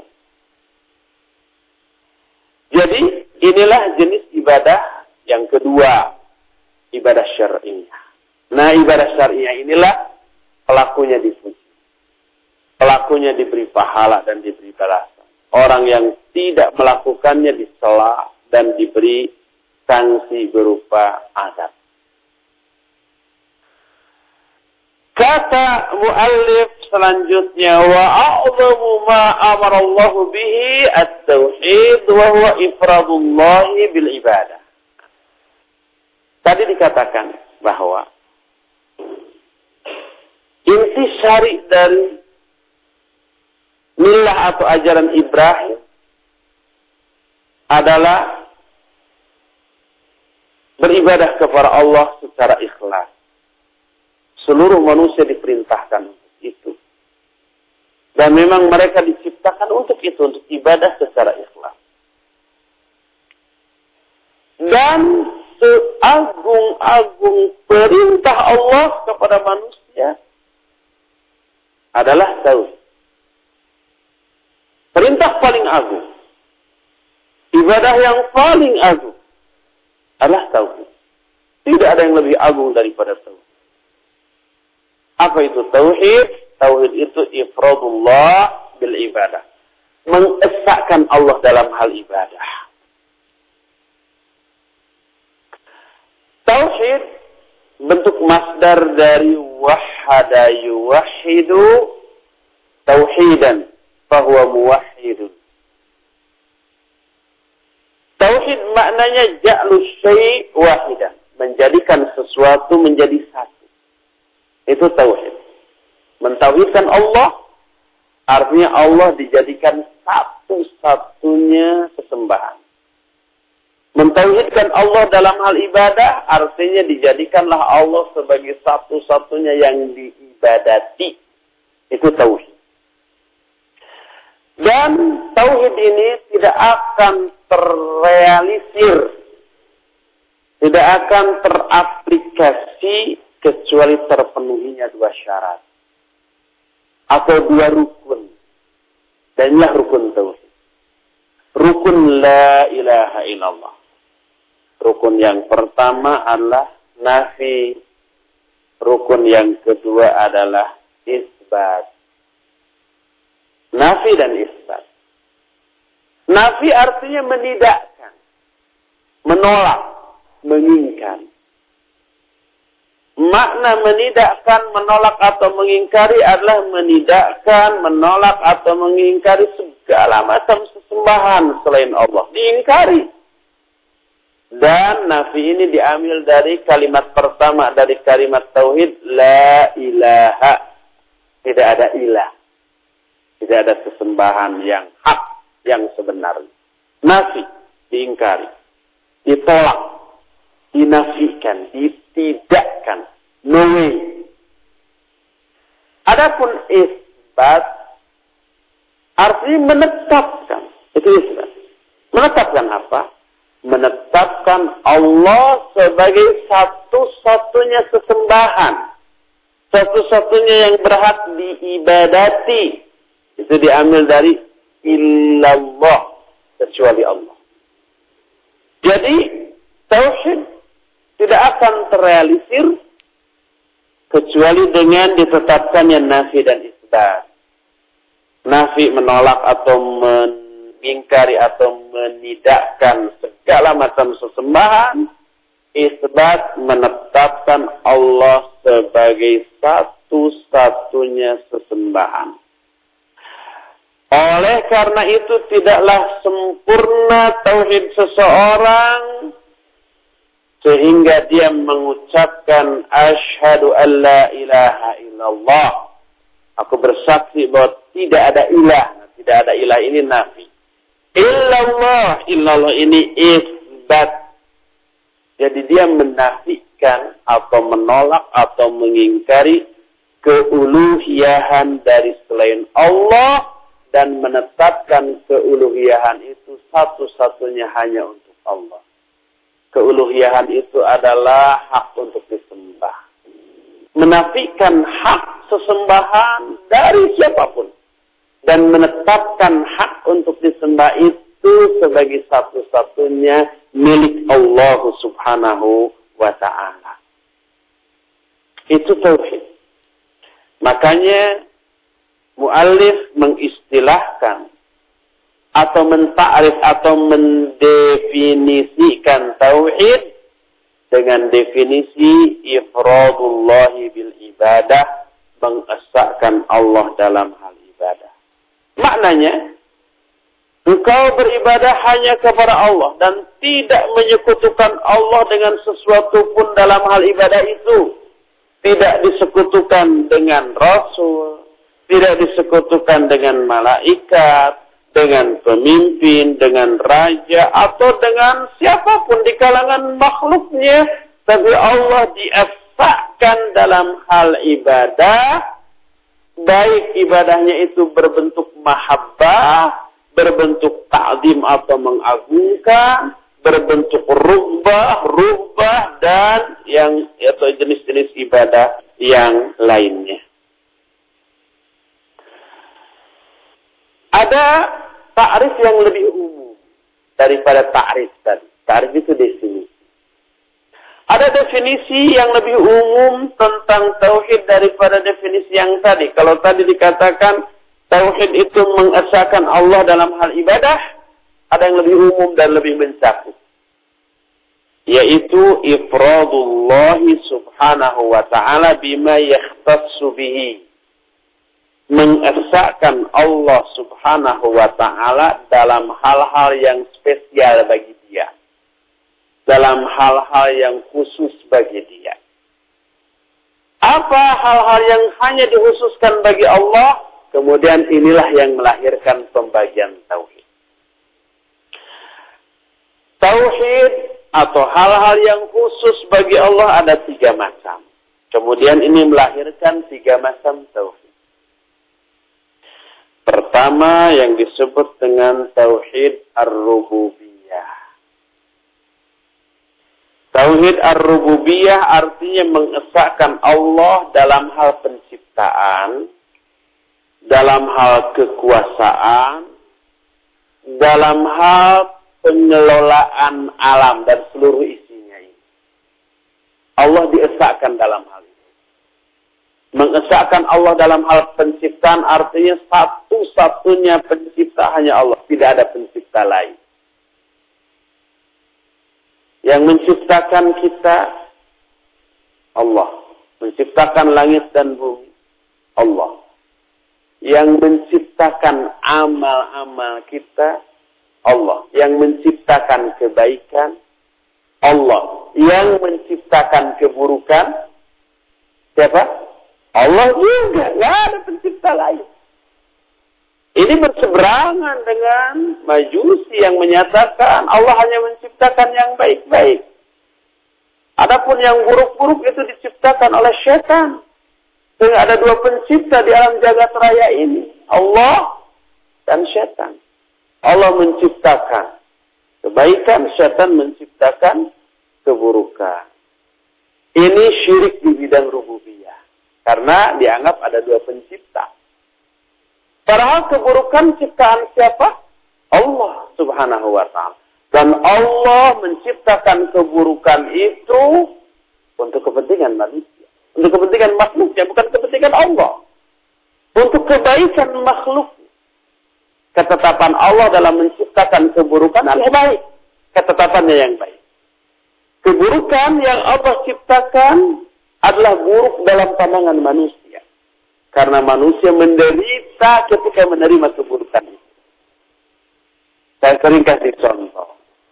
Jadi inilah jenis ibadah yang kedua, ibadah syar'iyah. Nah, ibadah syar'iyah inilah pelakunya dipuji, pelakunya diberi pahala dan diberi balasan. Orang yang tidak melakukannya dicela dan diberi sanksi berupa azab. Kata muallif selanjutnya, wa a'zamu ma amara Allah bihi at-tauhid wa huwa ifradullah bil ibadah. Tadi dikatakan bahwa inti syari dari milah atau ajaran Ibrahim adalah beribadah kepada Allah secara ikhlas. Seluruh manusia diperintahkan untuk itu. Dan memang mereka diciptakan untuk itu, untuk ibadah secara ikhlas. Dan seagung-agung perintah Allah kepada manusia adalah tauhid. Perintah paling agung, ibadah yang paling agung adalah tauhid. Tidak ada yang lebih agung daripada tauhid. Apa itu tauhid? Tauhid itu ifradullah bil ibadah. Mengesahkan Allah dalam hal ibadah. Tauhid bentuk masdar dari wahada yuwahidu tauhidan fahuwa muwahhidun. Tauhid maknanya ja'lu syai' wahidan, menjadikan sesuatu menjadi satu. Itu tauhid. Mentauhidkan Allah artinya Allah dijadikan satu-satunya sesembahan. Mentauhidkan Allah dalam hal ibadah artinya dijadikanlah Allah sebagai satu-satunya yang diibadati. Itu tauhid. Dan tauhid ini tidak akan terrealisir, tidak akan teraplikasi kecuali terpenuhinya dua syarat atau dua rukun. Dan inilah rukun tauhid. Rukun la ilaha illallah. Rukun yang pertama adalah nafi. Rukun yang kedua adalah isbat. Nafi dan isbat. Nafi artinya menidakkan, menolak, mengingkari. Makna menidakkan, menolak atau mengingkari adalah menidakkan, menolak atau mengingkari segala macam sesembahan selain Allah. Diingkari. Dan nafi ini diambil dari kalimat pertama dari kalimat tauhid, la ilaha. Tidak ada ilah. Tidak ada sesembahan yang hak, yang sebenarnya. Nafi, diingkari, ditolak, dinafikan, ditidakkan. No way. Adapun isbat, artinya menetapkan. Itu isbat. Menetapkan apa? Menetapkan Allah sebagai satu-satunya sesembahan. Satu-satunya yang berhak diibadati. Itu diambil dari illallah. Kecuali Allah. Jadi, tauhid tidak akan terrealisir kecuali dengan ditetapkannya nafi dan isbat. Nafi menolak atau mengingkari atau menidakkan segala macam sesembahan. Isbat menetapkan Allah sebagai satu-satunya sesembahan. Oleh karena itu tidaklah sempurna tauhid seseorang sehingga dia mengucapkan asyhadu an la ilaha illallah. Aku bersaksi bahwa tidak ada ilah. Tidak ada ilah ini nafi. Illallah. Illallah ini isbat. Jadi dia menafikan atau menolak atau mengingkari keuluhiyahan dari selain Allah dan menetapkan keuluhiyahan itu satu-satunya hanya untuk Allah. Keuluhiyahan itu adalah hak untuk disembah. Menafikan hak sesembahan dari siapapun. Dan menetapkan hak untuk disembah itu sebagai satu-satunya milik Allah subhanahu wa ta'ala. Itu tauhid. Makanya muallif mengistilahkan atau menta'rif atau mendefinisikan tauhid dengan definisi ifradullahi bil ibadah, mengesahkan Allah dalam hal ibadah. Maknanya, engkau beribadah hanya kepada Allah dan tidak menyekutukan Allah dengan sesuatu pun dalam hal ibadah itu. Tidak disekutukan dengan Rasul, tidak disekutukan dengan malaikat, dengan pemimpin, dengan raja, atau dengan siapapun di kalangan makhluknya. Tapi Allah diesahkan dalam hal ibadah, baik ibadahnya itu berbentuk mahabbah, berbentuk ta'zim atau mengagungkan, berbentuk rughbah, dan yang atau jenis-jenis ibadah yang lainnya. Ada ta'rif yang lebih umum daripada ta'rif tadi. Ta'rif itu definisi. Ada definisi yang lebih umum tentang tauhid daripada definisi yang tadi. Kalau tadi dikatakan tauhid itu mengesahkan Allah dalam hal ibadah, ada yang lebih umum dan lebih mencakup. Yaitu ifradullahi subhanahu wa ta'ala bima yakhtassu bihi. Mengesahkan Allah subhanahu wa ta'ala dalam hal-hal yang spesial bagi dia. Dalam hal-hal yang khusus bagi dia. Apa hal-hal yang hanya dikhususkan bagi Allah? Kemudian inilah yang melahirkan pembagian tauhid. Tauhid atau hal-hal yang khusus bagi Allah ada 3 macam. Kemudian ini melahirkan 3 macam tauhid. Pertama yang disebut dengan tauhid ar-rububiyah. Tauhid ar-rububiyah artinya mengesahkan Allah dalam hal penciptaan, dalam hal kekuasaan, dalam hal pengelolaan alam dan seluruh isinya ini. Allah diesahkan dalam hal itu. Mengesahkan Allah dalam hal penciptaan artinya satu-satunya pencipta hanya Allah. Tidak ada pencipta lain. Yang menciptakan kita, Allah. Menciptakan langit dan bumi, Allah. Yang menciptakan amal-amal kita, Allah. Yang menciptakan kebaikan, Allah. Yang menciptakan keburukan, siapa? Allah juga. Nggak ada pencipta lain. Ini berseberangan dengan Majusi yang menyatakan Allah hanya menciptakan yang baik-baik. Adapun yang buruk-buruk itu diciptakan oleh syaitan. Sehingga ada dua pencipta di alam jagat raya ini. Allah dan syaitan. Allah menciptakan kebaikan, syaitan menciptakan keburukan. Ini syirik di bidang rububiyah. Karena dianggap ada dua pencipta. Padahal keburukan ciptaan siapa? Allah subhanahu wa ta'ala. Dan Allah menciptakan keburukan itu untuk kepentingan manusia. Untuk kepentingan makhluknya, bukan kepentingan Allah. Untuk kebaikan makhluk. Ketetapan Allah dalam menciptakan keburukan adalah baik. Ketetapannya yang baik. Keburukan yang Allah ciptakan adalah buruk dalam pandangan manusia. Karena manusia menderita ketika menerima keburukan itu. Saya sering kasih contoh.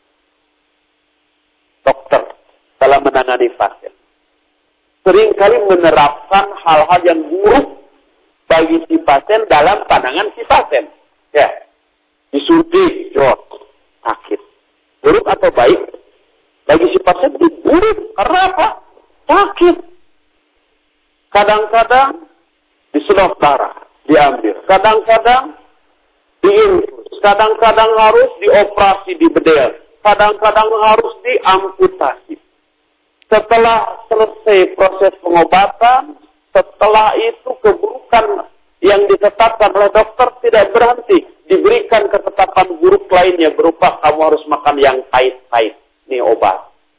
Dokter dalam menangani pasien. Seringkali menerapkan hal-hal yang buruk bagi si pasien dalam pandangan si pasien. Ya, disuntik, sakit. Buruk atau baik? Bagi si pasien itu buruk. Karena apa? Sakit. Kadang-kadang disedot darah, diambil. Kadang-kadang diinfus. Kadang-kadang harus dioperasi, dibedel. Kadang-kadang harus diamputasi. Setelah selesai proses pengobatan, setelah itu keburukan yang ditetapkan oleh dokter tidak berhenti. Diberikan ketetapan buruk lainnya berupa kamu harus makan yang pahit-pahit. Ini obat.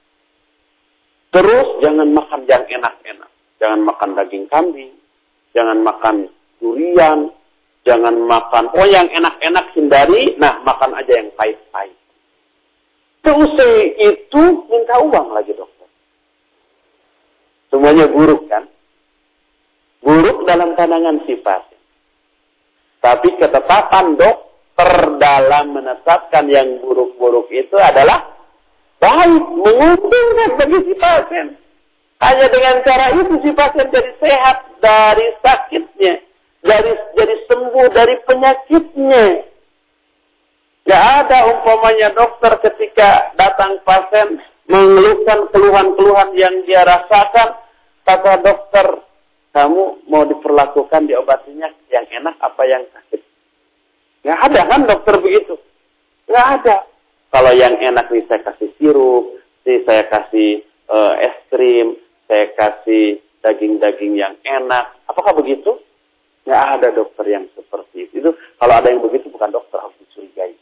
Terus jangan makan yang enak-enak. Jangan makan daging kambing. Jangan makan durian, jangan makan, yang enak-enak hindari, makan aja yang pahit-pahit. Seusai itu minta uang lagi dokter. Semuanya buruk kan? Buruk dalam pandangan si pasien. Tapi ketetapan dokter dalam menetapkan yang buruk-buruk itu adalah baik, menguntungkan bagi si pasien. Hanya dengan cara itu si pasien jadi sehat dari sakitnya. Jadi sembuh dari penyakitnya. Gak ada umpamanya dokter ketika datang pasien mengeluhkan keluhan-keluhan yang dia rasakan. Kata dokter, kamu mau diperlakukan diobatinya yang enak apa yang sakit? Gak ada kan dokter begitu? Gak ada. Kalau yang enak nih saya kasih sirup, saya kasih es krim, saya kasih daging-daging yang enak. Apakah begitu? Nggak ada dokter yang seperti itu. Kalau ada yang begitu bukan dokter, harus dicurigai.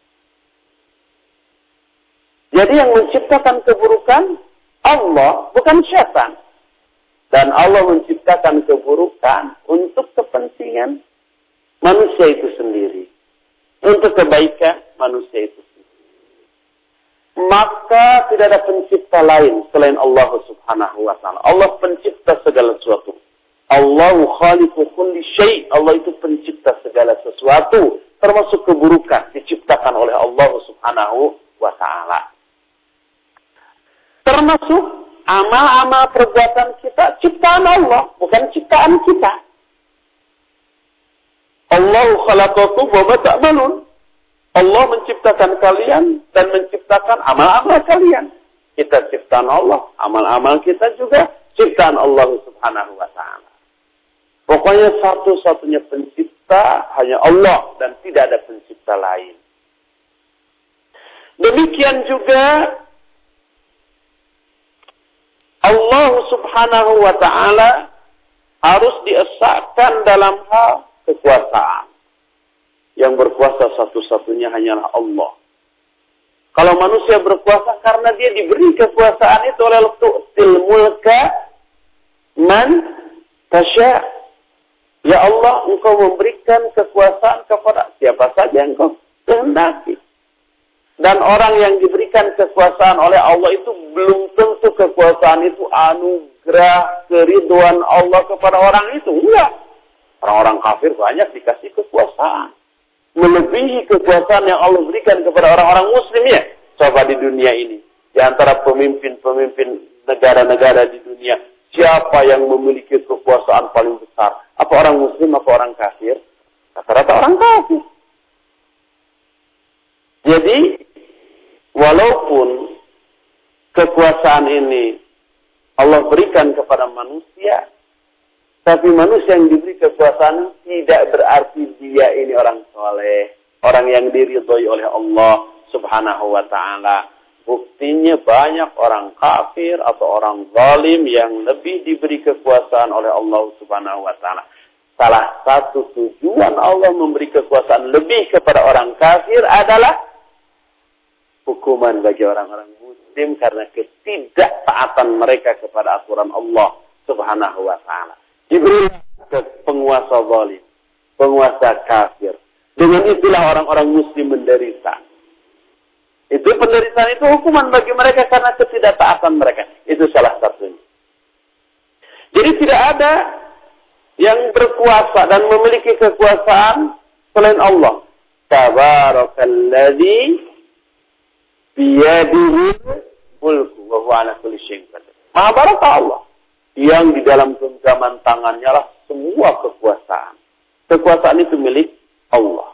Jadi yang menciptakan keburukan Allah, bukan syaitan. Dan Allah menciptakan keburukan untuk kepentingan manusia itu sendiri. Untuk kebaikan manusia itu sendiri. Maka tidak ada pencipta lain selain Allah subhanahu wa ta'ala. Allah pencipta segala sesuatu. Allahu khaliqu kulli syai'. Allah itu pencipta segala sesuatu. Termasuk keburukan diciptakan oleh Allah subhanahu wa ta'ala. Termasuk amal-amal perbuatan kita ciptaan Allah. Bukan ciptaan kita. Allahu khalaqakum wa ma ta'malun. Allah menciptakan kalian dan menciptakan amal-amal kalian. Kita ciptaan Allah, amal-amal kita juga ciptaan Allah subhanahu wa ta'ala. Pokoknya satu-satunya pencipta hanya Allah dan tidak ada pencipta lain. Demikian juga Allah subhanahu wa ta'ala harus diesahkan dalam hal kekuasaan. Yang berkuasa satu-satunya hanyalah Allah. Kalau manusia berkuasa karena dia diberi kekuasaan itu oleh tu'til mulka man tasya. Ya Allah, engkau memberikan kekuasaan kepada siapa saja yang engkau kehendaki. Dan orang yang diberikan kekuasaan oleh Allah itu belum tentu kekuasaan itu anugerah keridhaan Allah kepada orang itu. Enggak. Orang-orang kafir banyak dikasih kekuasaan. Melebihi kekuasaan yang Allah berikan kepada orang-orang muslim ya. Coba di dunia ini. di antara pemimpin-pemimpin negara-negara di dunia, siapa yang memiliki kekuasaan paling besar? Apa orang muslim, apa orang kafir? Rata-rata orang kafir. Jadi, walaupun kekuasaan ini Allah berikan kepada manusia, tapi manusia yang diberi kekuasaan tidak berarti dia ini orang soleh, orang yang diridhoi oleh Allah Subhanahu wa ta'ala. Buktinya banyak orang kafir atau orang zalim yang lebih diberi kekuasaan oleh Allah Subhanahu wa ta'ala. Salah satu tujuan Allah memberi kekuasaan lebih kepada orang kafir adalah hukuman bagi orang-orang muslim karena ketidaktaatan mereka kepada aturan Allah Subhanahu wa ta'ala. Diberi ke penguasa zalim, penguasa kafir. Dengan itulah orang-orang muslim menderita. Itu penderitaan itu hukuman bagi mereka karena ketidaktaatan mereka. Itu salah satunya. Jadi tidak ada yang berkuasa dan memiliki kekuasaan selain Allah. Tabarakalladzi biyadihi mulku wa huwa ala kulli syai'in qadir. Maha baraka Allah yang di dalam genggaman tangannya lah semua kekuasaan. Kekuasaan itu milik Allah.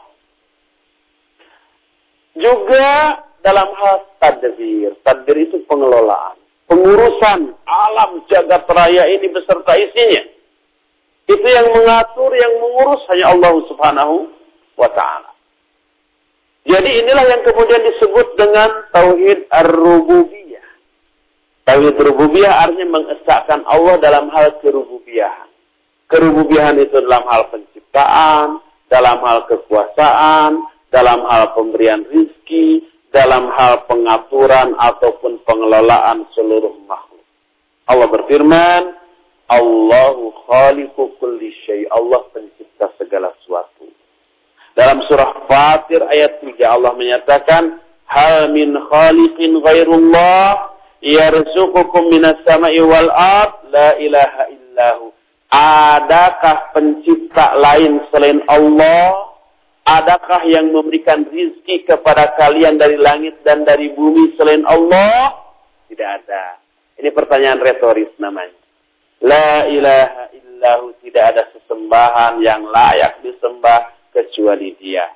Juga dalam hal tadbir. Tadbir itu pengelolaan, pengurusan alam jagat raya ini beserta isinya. Itu yang mengatur, yang mengurus hanya Allah Subhanahu wa ta'ala. Jadi inilah yang kemudian disebut dengan Tauhid Ar-Rububiyah. Tauhid Rububiyah artinya mengesahkan Allah dalam hal kerububiyahan. Kerububiyahan itu dalam hal penciptaan, dalam hal kekuasaan, dalam hal pemberian rizki, dalam hal pengaturan ataupun pengelolaan seluruh makhluk. Allah berfirman, Allahu khaliqu kulli syai'. Allah pencipta segala sesuatu. Dalam surah Fatir ayat 3 Allah menyatakan, hal min khaliqin ghairullah yarzuqukum minas sama'i wal ard la ilaha illahu. Adakah pencipta lain selain Allah? Adakah yang memberikan rizki kepada kalian dari langit dan dari bumi selain Allah? Tidak ada. Ini pertanyaan retoris namanya. La ilaha illahu, tidak ada sesembahan yang layak disembah kecuali Dia.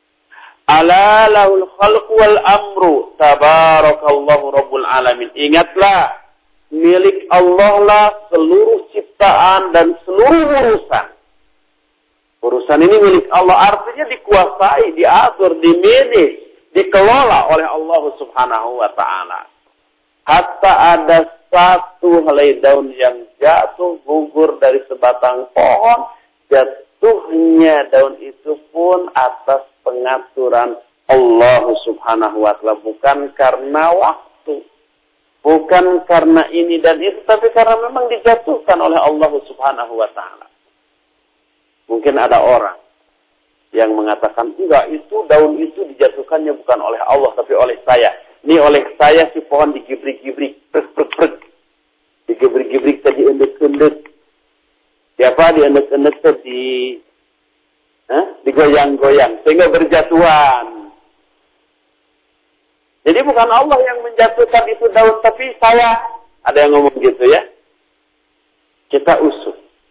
Ala lahul khalqu wal amru, tabarakallahu rabbul alamin. Ingatlah, milik Allah lah seluruh ciptaan dan seluruh urusan. Urusan ini milik Allah, artinya dikuasai, diatur, dimanage, dikelola oleh Allah Subhanahu wa ta'ala. Hatta ada satu helai daun yang jatuh gugur dari sebatang pohon, jatuhnya daun itu pun atas pengaturan Allah Subhanahu wa ta'ala. Bukan karena waktu, bukan karena ini dan itu, tapi karena memang dijatuhkan oleh Allah Subhanahu wa ta'ala. Mungkin ada orang yang mengatakan, enggak, itu daun itu dijatuhkannya bukan oleh Allah, tapi oleh saya. Ini oleh saya si pohon digibrik-gibrik, prek-prek-prek. Digibrik-gibrik tadi endek-endek. Siapa diendek-endek tadi? Digoyang-goyang, sehingga berjatuhan. Jadi bukan Allah yang menjatuhkan itu daun, tapi saya. Ada yang ngomong gitu ya. Kita usut.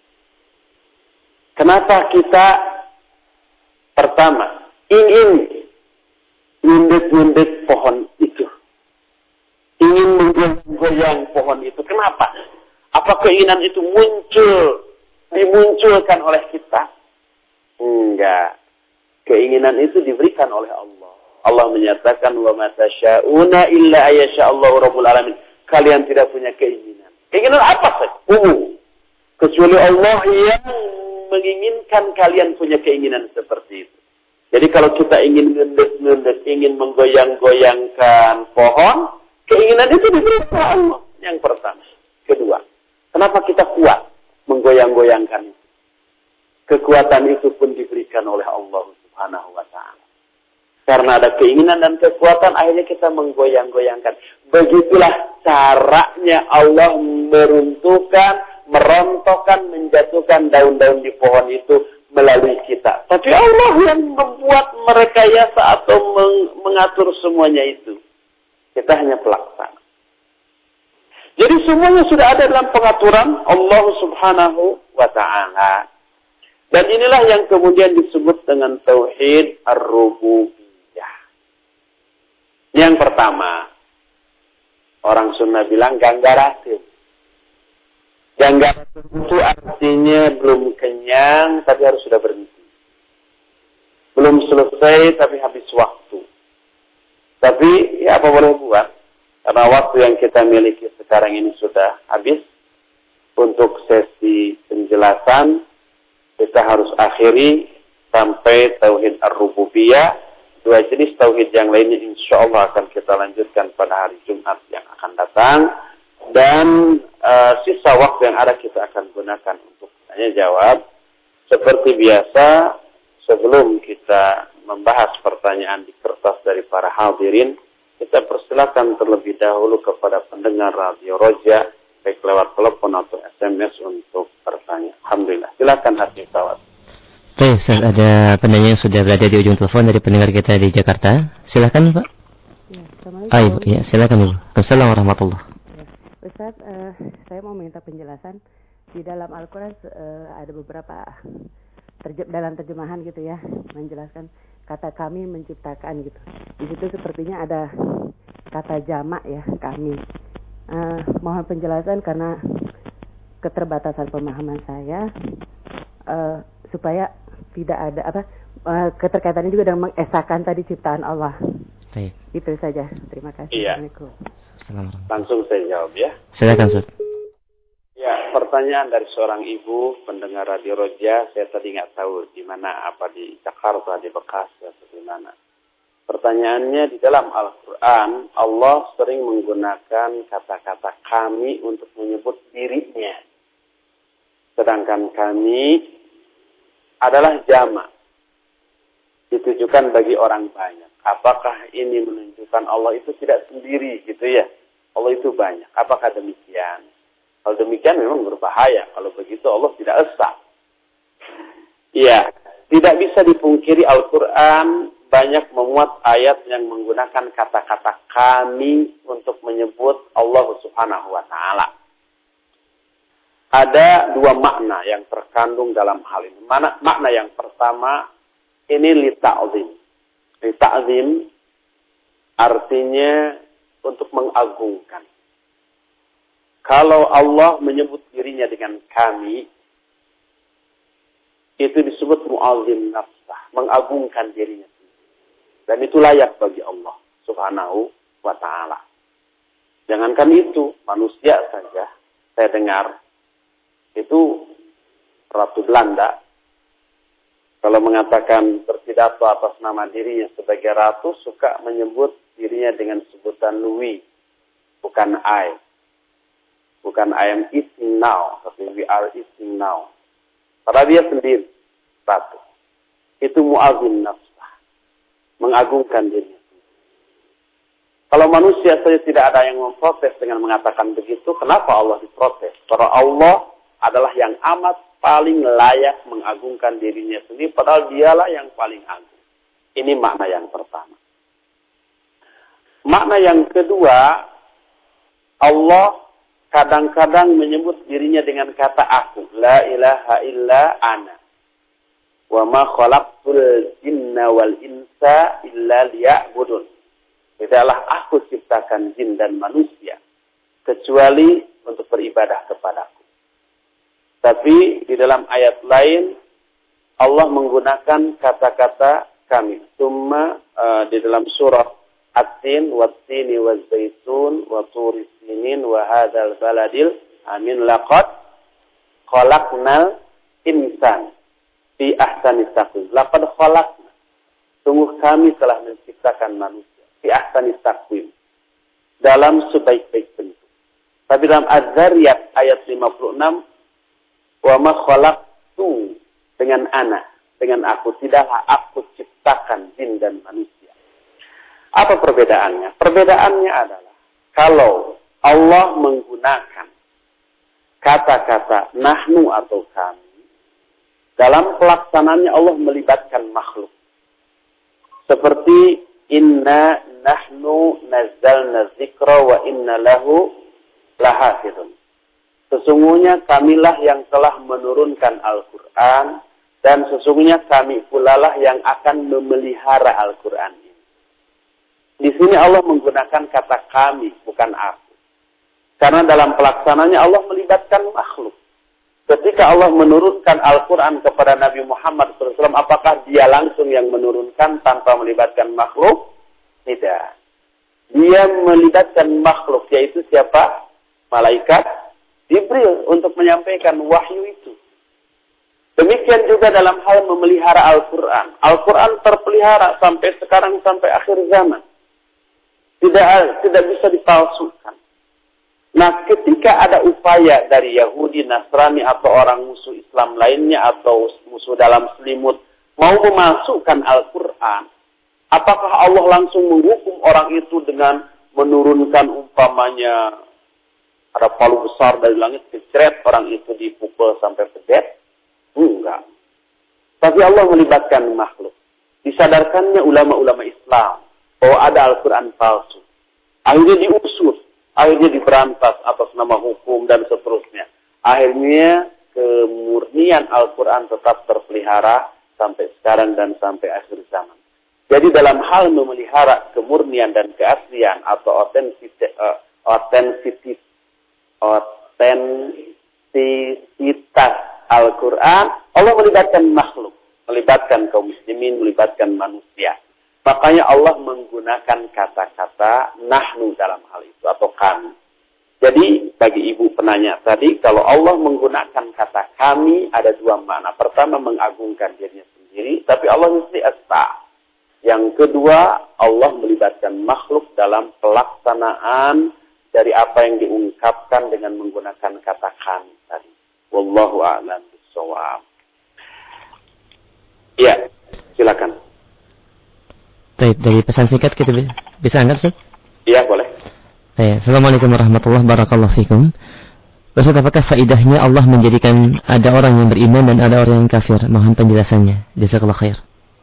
Kenapa kita pertama ingin nunduk-nunduk pohon itu? Ingin menggoyang pohon itu. Kenapa? Apa keinginan itu dimunculkan oleh kita? Enggak. Keinginan itu diberikan oleh Allah. Allah menyatakan, wa ma tasyauna illa ayyasha'allahu rabbul alamin. Kalian tidak punya keinginan. Keinginan apa sih? Kecuali Allah yang menginginkan kalian punya keinginan seperti itu. Jadi kalau kita ingin ngendek-ngendek, ingin menggoyang-goyangkan pohon, keinginan itu diberikan oleh Allah. Yang pertama. Kedua, kenapa kita kuat menggoyang-goyangkan itu? Kekuatan itu pun diberikan oleh Allah Subhanahu wa ta'ala. Karena ada keinginan dan kekuatan, akhirnya kita menggoyang-goyangkan. Begitulah caranya Allah meruntuhkan, merontokkan, menjatuhkan daun-daun di pohon itu melalui kita. Tapi Allah yang membuat merekayasa atau mengatur semuanya itu. Kita hanya pelaksana. Jadi semuanya sudah ada dalam pengaturan Allah Subhanahu wa ta'ala. Dan inilah yang kemudian disebut dengan tauhid ar-rububiyah. Yang pertama, orang Sunda bilang ganggaratin. Ganggaratin itu artinya belum kenyang tapi harus sudah berhenti. Belum selesai tapi habis waktu. Tapi ya apa boleh buat. Karena waktu yang kita miliki sekarang ini sudah habis. Untuk sesi penjelasan, kita harus akhiri sampai tauhid ar-rububiyah. Dua jenis tauhid yang lainnya insya Allah akan kita lanjutkan pada hari Jumat yang akan datang. Dan sisa waktu yang ada kita akan gunakan untuk tanya jawab. Seperti biasa, sebelum kita membahas pertanyaan di kertas dari para hadirin, kita persilakan terlebih dahulu kepada pendengar Radio Roja, baik lewat telepon atau SMS untuk bertanya. Alhamdulillah. Silakan Hati Sawat. Baik, Ustaz, ada penanya yang sudah berada di ujung telepon dari pendengar kita di Jakarta. Silakan, Pak. Ya, Assalamualaikum. Ibu. Ya, silakan, Ibu. Assalamualaikum warahmatullahi. Ya. Ustaz, saya mau minta penjelasan. Di dalam Al-Quran ada beberapa dalam terjemahan gitu ya, menjelaskan kata kami menciptakan gitu. Di situ sepertinya ada kata jamak ya, kami. Mohon penjelasan karena keterbatasan pemahaman saya, supaya tidak ada keterkaitannya juga dengan mengesahkan tadi ciptaan Allah. Baik. Itu saja. Terima kasih. Iya. Assalamualaikum. Langsung saya jawab ya. Silakan, Ustaz. Ya, pertanyaan dari seorang ibu pendengar Radio Roja. Saya tadi nggak tahu di mana, apa di Jakarta, di Bekasi atau di mana. Pertanyaannya, di dalam Al-Quran Allah sering menggunakan kata-kata kami untuk menyebut dirinya. Sedangkan kami adalah jamak, ditujukan bagi orang banyak. Apakah ini menunjukkan Allah itu tidak sendiri gitu ya? Allah itu banyak. Apakah demikian? Kalau demikian memang berbahaya. Kalau begitu Allah tidak esa. Iya, tidak bisa dipungkiri Al-Quran banyak memuat ayat yang menggunakan kata-kata kami untuk menyebut Allah Subhanahu wa ta'ala. Ada dua makna yang terkandung dalam hal ini. Makna yang pertama, ini li ta'zim. Li ta'zim artinya untuk mengagungkan. Kalau Allah menyebut dirinya dengan kami, itu disebut mu'azzim nafsah, mengagungkan dirinya. Dan itu layak bagi Allah Subhanahu wa ta'ala. Jangankan itu, manusia saja, saya dengar, itu Ratu Belanda, kalau mengatakan berpidato atas nama dirinya sebagai ratu, suka menyebut dirinya dengan sebutan we, bukan I. Bukan I am eating now, tapi we are eating now. Padahal dia sendiri, ratu. Itu mu'azzim nafsah, mengagungkan dirinya. Kalau manusia saja tidak ada yang memprotes dengan mengatakan begitu, kenapa Allah diprotes? Karena Allah adalah yang amat paling layak mengagungkan dirinya sendiri, padahal dialah yang paling agung. Ini makna yang pertama. Makna yang kedua, Allah kadang-kadang menyebut dirinya dengan kata aku. La ilaha illa ana. Wa ma khalaqtul jinna wal insa illa liya'budun. Tidaklah aku ciptakan jin dan manusia kecuali untuk beribadah kepadaku. Tapi di dalam ayat lain Allah menggunakan kata-kata kami. Summa di dalam surah At-Tin wat-tini waz-zaitun wa turi sinin wa hadzal baladil amin laqad khalaqnal insan fi ahsani taqwim. Laqad khalaqna. Sungguh kami telah menciptakan manusia fi ahsani taqwim, dalam sebaik-baik bentuk. Tapi dalam Az-Zariyat ayat 56, wa ma khalaqtu, dengan ana, dengan aku, tidaklah aku ciptakan jin dan manusia. Apa perbedaannya? Perbedaannya adalah kalau Allah menggunakan kata-kata nahnu atau kami, dalam pelaksanaannya Allah melibatkan makhluk. Seperti inna nahnu nazzalna dzikra wa inna lahu lahafidun. Sesungguhnya kamilah yang telah menurunkan Al-Quran, dan sesungguhnya kami pula lah yang akan memelihara Al-Quran ini. Di sini Allah menggunakan kata kami, bukan aku. Karena dalam pelaksananya Allah melibatkan makhluk. Ketika Allah menurunkan Al-Quran kepada Nabi Muhammad SAW, apakah dia langsung yang menurunkan tanpa melibatkan makhluk? Tidak. Dia melibatkan makhluk, yaitu siapa? Malaikat Jibril untuk menyampaikan wahyu itu. Demikian juga dalam hal memelihara Al-Quran. Al-Quran terpelihara sampai sekarang, sampai akhir zaman. Tidak bisa dipalsukan. Nah, ketika ada upaya dari Yahudi, Nasrani, atau orang musuh Islam lainnya, atau musuh dalam selimut, mau memasukkan Al-Quran, apakah Allah langsung menghukum orang itu dengan menurunkan umpamanya ada palu besar dari langit, keceret, orang itu dipukul sampai pedet? Enggak. Tapi Allah melibatkan makhluk. Disadarkannya ulama-ulama Islam bahwa ada Al-Quran palsu. Akhirnya diusut. Akhirnya diberantas atas nama hukum dan seterusnya. Akhirnya kemurnian Al-Quran tetap terpelihara sampai sekarang dan sampai akhir zaman. Jadi dalam hal memelihara kemurnian dan keaslian atau otentisitas Al-Quran, Allah melibatkan makhluk, melibatkan kaum muslimin, melibatkan manusia. Makanya Allah menggunakan kata-kata nahnu dalam hal itu, atau kami. Jadi, bagi ibu penanya tadi, kalau Allah menggunakan kata kami, ada dua makna. Pertama, mengagungkan dirinya sendiri, tapi Allah mesti esta. Yang kedua, Allah melibatkan makhluk dalam pelaksanaan dari apa yang diungkapkan dengan menggunakan kata kami tadi. Wallahu a'lam bishawab. Ya, silakan. Baik, dari pesan singkat kita bisa angkat, Ustaz? Iya, boleh. Baik, Assalamualaikum warahmatullahi wabarakatuh. Ustaz, apakah faidahnya Allah menjadikan ada orang yang beriman dan ada orang yang kafir? Mohon penjelasannya. Jazakallahu khair.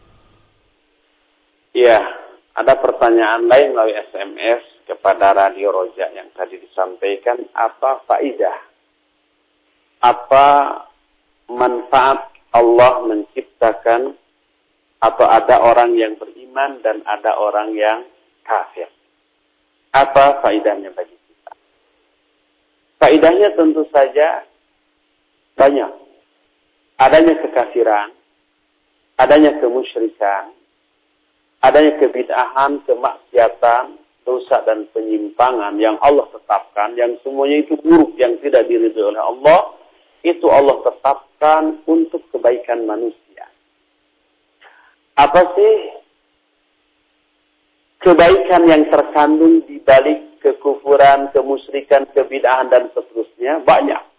Iya, ada pertanyaan lain melalui SMS kepada Radio Roja yang tadi disampaikan. Apa faidah? Apa manfaat Allah menciptakan atau ada orang yang beriman dan ada orang yang kafir? Apa faidahnya bagi kita? Faidahnya tentu saja banyak. Adanya kekafiran, adanya kemusyrikan, adanya kebid'ahan, kemaksiatan, dosa dan penyimpangan yang Allah tetapkan, yang semuanya itu buruk, yang tidak diridhoi oleh Allah, itu Allah tetapkan untuk kebaikan manusia. Apa sih kebaikan yang terkandung di balik kekufuran, kemusyrikan, kebid'ahan dan seterusnya? Banyak.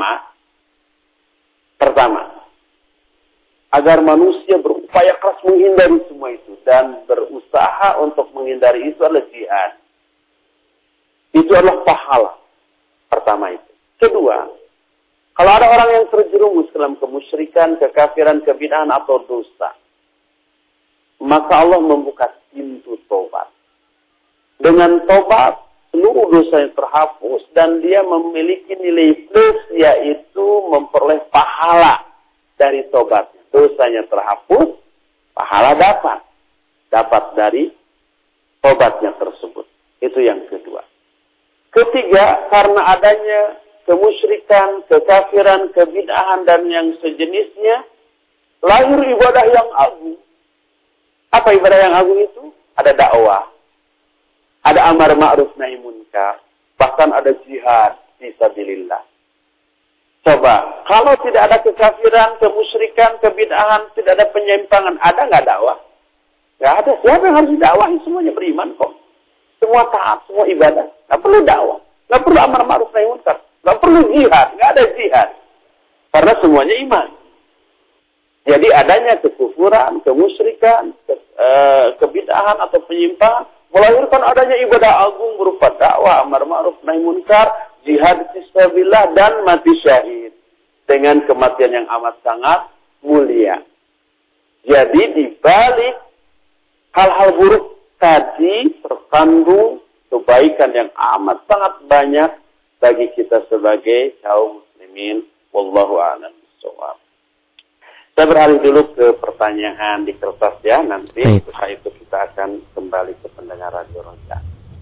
Pertama, agar manusia berupaya keras menghindari semua itu dan berusaha untuk menghindari itu adalah jihad. Itu adalah pahala. Pertama itu. Kedua, kalau ada orang yang terjerumus dalam kemusyrikan, kekafiran, kebid'ahan atau dosa, maka Allah membuka pintu tobat. Dengan tobat, seluruh dosanya terhapus dan dia memiliki nilai plus, yaitu memperoleh pahala dari tobatnya. Dosanya terhapus, pahala dapat dari tobatnya tersebut. Itu yang kedua. Ketiga, karena adanya kemusyrikan, kekafiran, kebid'ahan dan yang sejenisnya, lahir ibadah yang agung. Apa ibadah yang agung itu? Ada dakwah, ada amar ma'ruf nahi munkar, bahkan ada jihad fisabilillah. Coba, kalau tidak ada kekafiran, kemusyrikan, kebid'ahan, tidak ada penyimpangan, ada nggak dakwah? Nggak ada. Siapa yang harus didakwahi? Semuanya beriman kok. Semua taat, semua ibadah. Nggak perlu dakwah, nggak perlu amar ma'ruf nahi munkar, nggak perlu jihad, nggak ada jihad, karena semuanya iman. Jadi adanya kekufuran, kemusyrikan, kebid'ahan atau penyimpangan melahirkan adanya ibadah agung berupa dakwah, amar ma'ruf nahi munkar, jihad fisabilillah dan mati syahid dengan kematian yang amat sangat mulia. Jadi di balik hal-hal buruk tadi terkandung kebaikan yang amat sangat banyak bagi kita sebagai kaum muslimin. Wallahu a'lam bishawab. Saya beralih dulu ke pertanyaan di kertas ya. Nanti setelah itu kita akan kembali ke pendengar Radio Roja.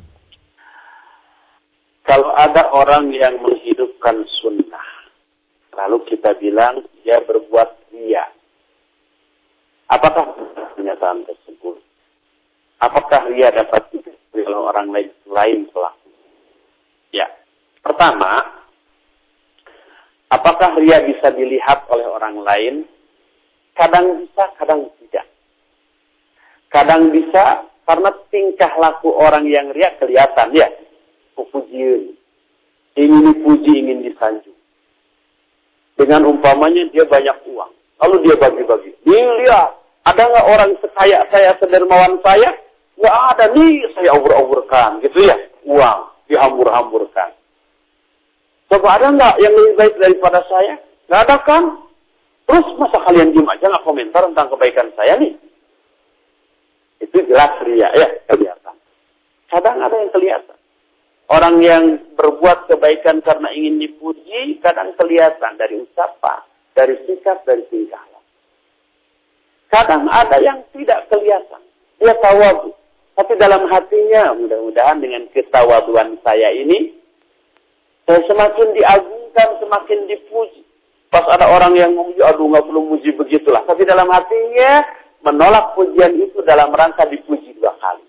Kalau ada orang yang menghidupkan sunnah, lalu kita bilang dia berbuat riya, apakah pernyataan tersebut? Apakah riya dapat diterima oleh orang lain selain pelaku? Ya, pertama, apakah riya bisa dilihat oleh orang lain? Kadang bisa, kadang tidak. Kadang bisa karena tingkah laku orang yang riya kelihatan ya. Pujian, ingin dipuji, ingin disanjung. Dengan umpamanya dia banyak uang, lalu dia bagi-bagi. Lihat, ada nggak orang sekaya saya, sedermawan saya? Nggak ada, nih saya obor-oborkan, gitu ya. Uang dihambur-hamburkan. Coba ada nggak yang lebih baik daripada saya? Nggak ada kan? Terus masa kalian diem aja nggak komentar tentang kebaikan saya nih? Itu jelas ria ya, kelihatan. Kadang ada yang kelihatan. Orang yang berbuat kebaikan karena ingin dipuji, kadang kelihatan dari ucapan, dari sikap, dari tingkah laku. Kadang ada yang tidak kelihatan. Dia tawadhu. Tapi dalam hatinya, mudah-mudahan dengan ketawaduan saya ini, saya semakin diagungkan, semakin dipuji. Pas ada orang yang memuji, aduh nggak perlu muji begitulah. Tapi dalam hatinya, menolak pujian itu dalam rangka dipuji 2 kali.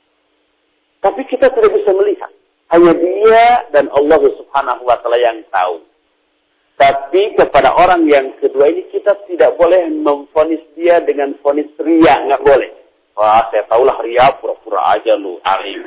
Tapi kita tidak bisa melihat. Hanya dia dan Allah Subhanahu wa Ta'ala yang tahu. Tapi kepada orang yang kedua ini kita tidak boleh memvonis dia dengan vonis riya, nggak boleh. Wah, saya tahulah riya, pura-pura aja lu, alim.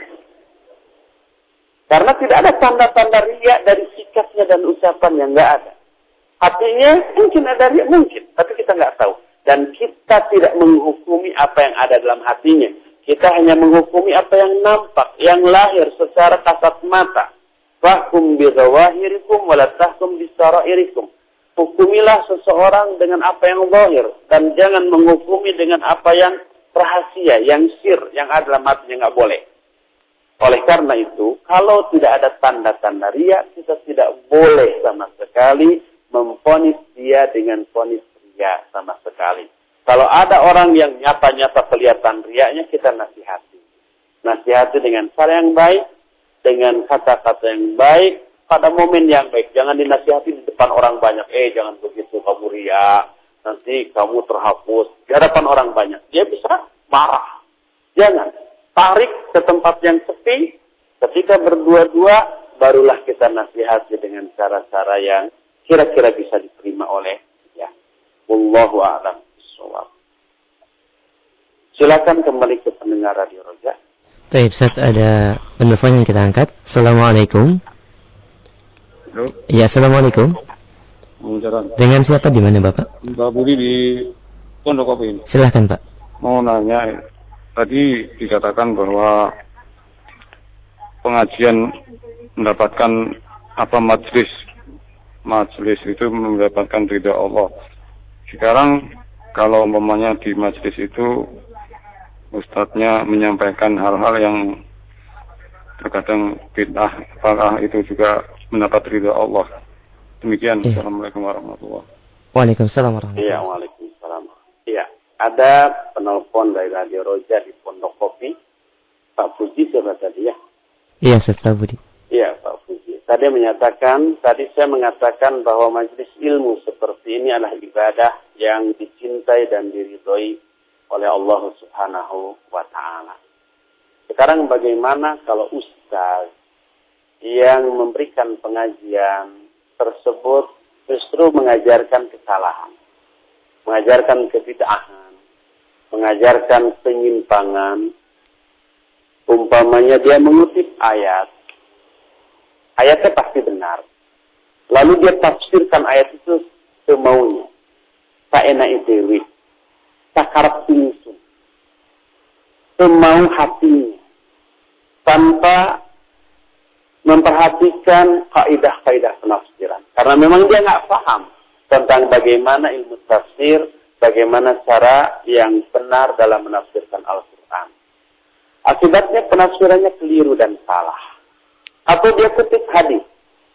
Karena tidak ada tanda-tanda riya dari sikapnya dan ucapannya, nggak ada. Hatinya mungkin ada riya, mungkin, tapi kita nggak tahu. Dan kita tidak menghukumi apa yang ada dalam hatinya. Kita hanya menghukumi apa yang nampak, yang lahir secara kasat mata. Fahkum bizawahirikum wala tahkum bisarairikum. Hukumilah seseorang dengan apa yang zahir dan jangan menghukumi dengan apa yang rahasia, yang sir, yang ada dalam hatinya, nggak boleh. Oleh karena itu, kalau tidak ada tanda-tanda riya, kita tidak boleh sama sekali memvonis dia dengan vonis riya sama sekali. Kalau ada orang yang nyata-nyata kelihatan riaknya, kita nasihati. Nasihati dengan cara yang baik, dengan kata-kata yang baik, pada momen yang baik. Jangan dinasihati di depan orang banyak. Jangan begitu, kamu riak. Nanti kamu terhapus. Di hadapan orang banyak. Dia bisa marah. Jangan. Tarik ke tempat yang sepi. Ketika berdua-dua, barulah kita nasihati dengan cara-cara yang kira-kira bisa diterima oleh dia. Wallahu a'lam. Silakan kembali ke pendengar Radio Roja. Baik, Ustaz, ada penelpon yang kita angkat. Assalamualaikum. Halo. Ya, assalamualaikum. Dengan siapa, di mana Bapak? Mbak Budi di Pondok Kopi ini. Silahkan Pak. Mau nanya, tadi dikatakan bahwa pengajian mendapatkan majelis itu mendapatkan ridha Allah. Sekarang kalau umpamanya di majelis itu ustadznya menyampaikan hal-hal yang terkadang bid'ah, apakah itu juga mendapat ridha Allah? Demikian. Iya. Assalamualaikum warahmatullahi wabarakatuh. Waalaikumsalam warahmatullahi wabarakatuh. Iya, waalaikumsalam. Iya, ada penelpon dari Radio Roja di Pondok Kopi. Pak Puji siapa tadi ya? Iya, Ustaz, Pak Budi. Iya, Pak Puji. Tadi saya mengatakan bahwa majelis ilmu seperti ini adalah ibadah yang dicintai dan diridhoi oleh Allah Subhanahu wa Ta'ala. Sekarang bagaimana kalau ustaz yang memberikan pengajian tersebut justru mengajarkan kesalahan, mengajarkan kebid'ahan, mengajarkan penyimpangan. Umpamanya dia mengutip ayatnya pasti benar, lalu dia tafsirkan ayat itu semaunya, saenake dewe, sakarep ingsun, semau hatinya, tanpa memperhatikan kaidah-kaidah penafsiran. Karena memang dia nggak paham tentang bagaimana ilmu tafsir, bagaimana cara yang benar dalam menafsirkan Al-Quran. Akibatnya penafsirannya keliru dan salah. Atau dia kutip hadis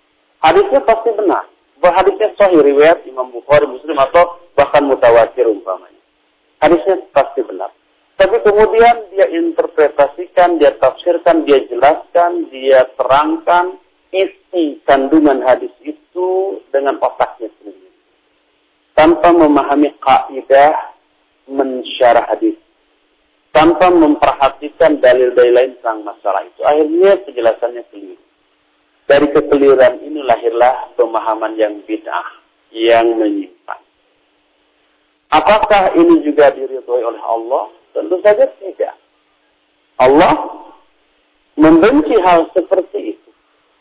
Hadisnya pasti benar. Hadisnya sahih, riwayat Imam Bukhari, Muslim, atau bahkan mutawatir umpamanya. Hadisnya pasti benar. Tapi kemudian dia interpretasikan, dia tafsirkan, dia jelaskan, dia terangkan isi kandungan hadis itu dengan otaknya sendiri. Tanpa memahami kaidah mensyarah hadis. Tanpa memperhatikan dalil-dalil lain tentang masalah itu. Akhirnya penjelasannya keliru. Dari kekeliruan ini lahirlah pemahaman yang bid'ah, yang menyimpang. Apakah ini juga diridhoi oleh Allah? Tentu saja tidak. Allah membenci hal seperti itu.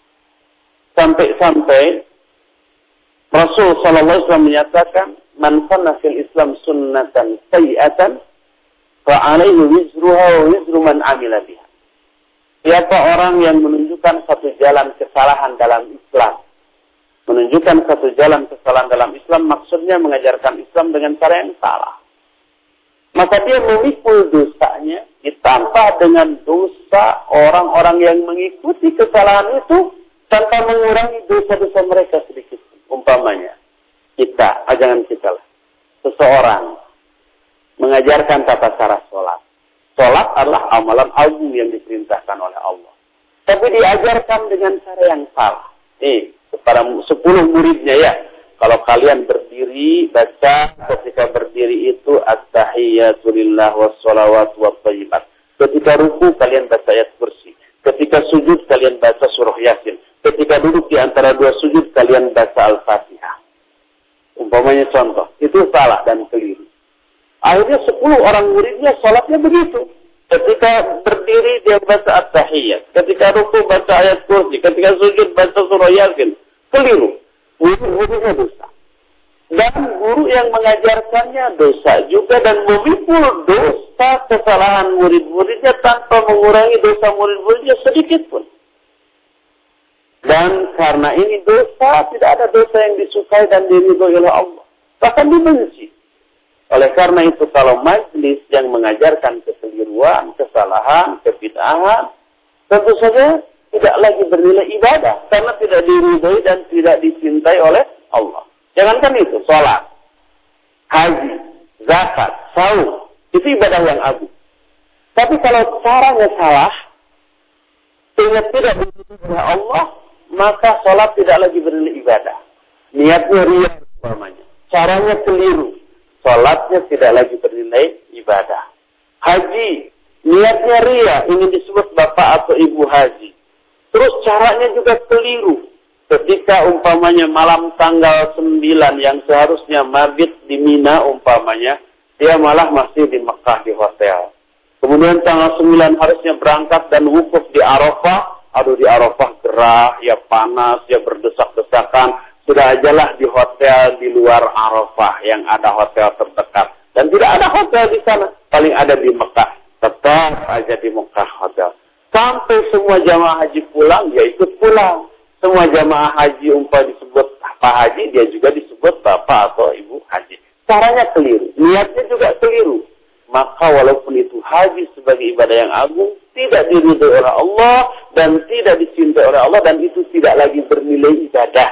Sampai-sampai Rasul sallallahu alaihi wasallam menyatakan, "Man sanna fil Islam sunnatan sayyi'atan fa 'alaihi wizruha wa wizru man 'amila biha." Siapa orang yang menunjukkan satu jalan kesalahan dalam Islam, menunjukkan satu jalan kesalahan dalam Islam, maksudnya mengajarkan Islam dengan cara yang salah, maka dia memikul dosanya ditambah dengan dosa orang-orang yang mengikuti kesalahan itu tanpa mengurangi dosa-dosa mereka sedikit. Umpamanya, jangan kita lah. Seseorang mengajarkan tata cara sholat. Sholat adalah amalan agung yang diperintahkan oleh Allah. Tapi diajarkan dengan cara yang salah. Kepada 10 muridnya ya. Kalau kalian berdiri, baca ketika berdiri itu at-tahiyyatu lillah was-shalawatu wat-thayyibat. Ketika ruku kalian baca ayat kursi. Ketika sujud kalian baca surah Yasin. Ketika duduk di antara dua sujud kalian baca Al-Fatihah. Umpamanya contoh, itu salah dan keliru. Akhirnya 10 orang muridnya sholatnya begitu. Ketika berdiri dia baca at-tahiyyat. Ketika ruku baca ayat kursi. Ketika sujud baca surah Yasin. Keliru. Guru-gurunya dosa. Dan guru yang mengajarkannya dosa juga dan memikul dosa kesalahan murid-muridnya tanpa mengurangi dosa murid-muridnya sedikit pun. Dan karena ini dosa, tidak ada dosa yang disukai dan diridhoi oleh Allah. Bahkan dibenci. Oleh karena itu kalau majlis yang mengajarkan kekeliruan, kesalahan, kebid'ahan, tentu saja tidak lagi bernilai ibadah karena tidak diridhoi dan tidak dicintai oleh Allah. Jangankan itu, sholat, haji, zakat, saum, itu ibadah yang agung. Tapi kalau caranya salah, sehingga tidak diridhoi oleh Allah, maka sholat tidak lagi bernilai ibadah. Niatnya riya umpamanya, caranya keliru, sholatnya tidak lagi bernilai ibadah. Haji, niatnya riya, ingin disebut bapak atau ibu haji. Terus caranya juga keliru. Ketika umpamanya malam tanggal 9 yang seharusnya mabit di Mina umpamanya, dia malah masih di Mekah di hotel. Kemudian tanggal 9 harusnya berangkat dan wukuf di Arafah. Aduh, di Arafah gerah, ya panas, ya berdesak-desakan. Sudah ajalah di hotel di luar Arafah yang ada hotel terdekat. Dan tidak ada hotel di sana. Paling ada di Mekah. Tetap aja di Mekah hotel. Sampai semua jamaah haji pulang, dia ikut pulang. Semua jamaah haji disebut Pak Haji, dia juga disebut Bapak atau Ibu Haji. Caranya keliru, niatnya juga keliru. Maka walaupun itu haji sebagai ibadah yang agung, tidak diridhoi oleh Allah dan tidak dicintai oleh Allah dan itu tidak lagi bernilai ibadah.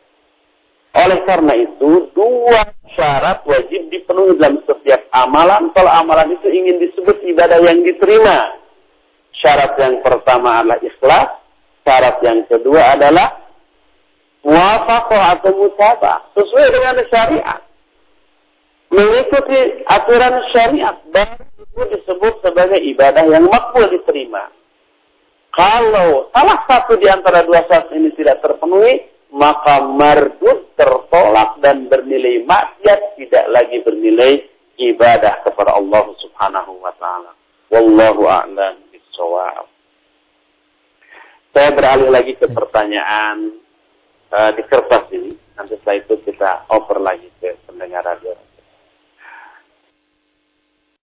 Oleh karena itu, 2 syarat wajib dipenuhi dalam setiap amalan. Kalau amalan itu ingin disebut ibadah yang diterima. Syarat yang pertama adalah ikhlas. Syarat yang kedua adalah muwafaqah atau mutabah. Sesuai dengan syariat. Mengikuti aturan syariat. Dan itu disebut sebagai ibadah yang makbul diterima. Kalau salah satu di antara 2 syarat ini tidak terpenuhi, maka mardud, tertolak dan bernilai maksiat, tidak lagi bernilai ibadah kepada Allah Subhanahu wa taala. Wallahu a'lam. Saya beralih lagi ke pertanyaan di kertas ini. Nanti setelah itu kita oper lagi ke pendengar radio.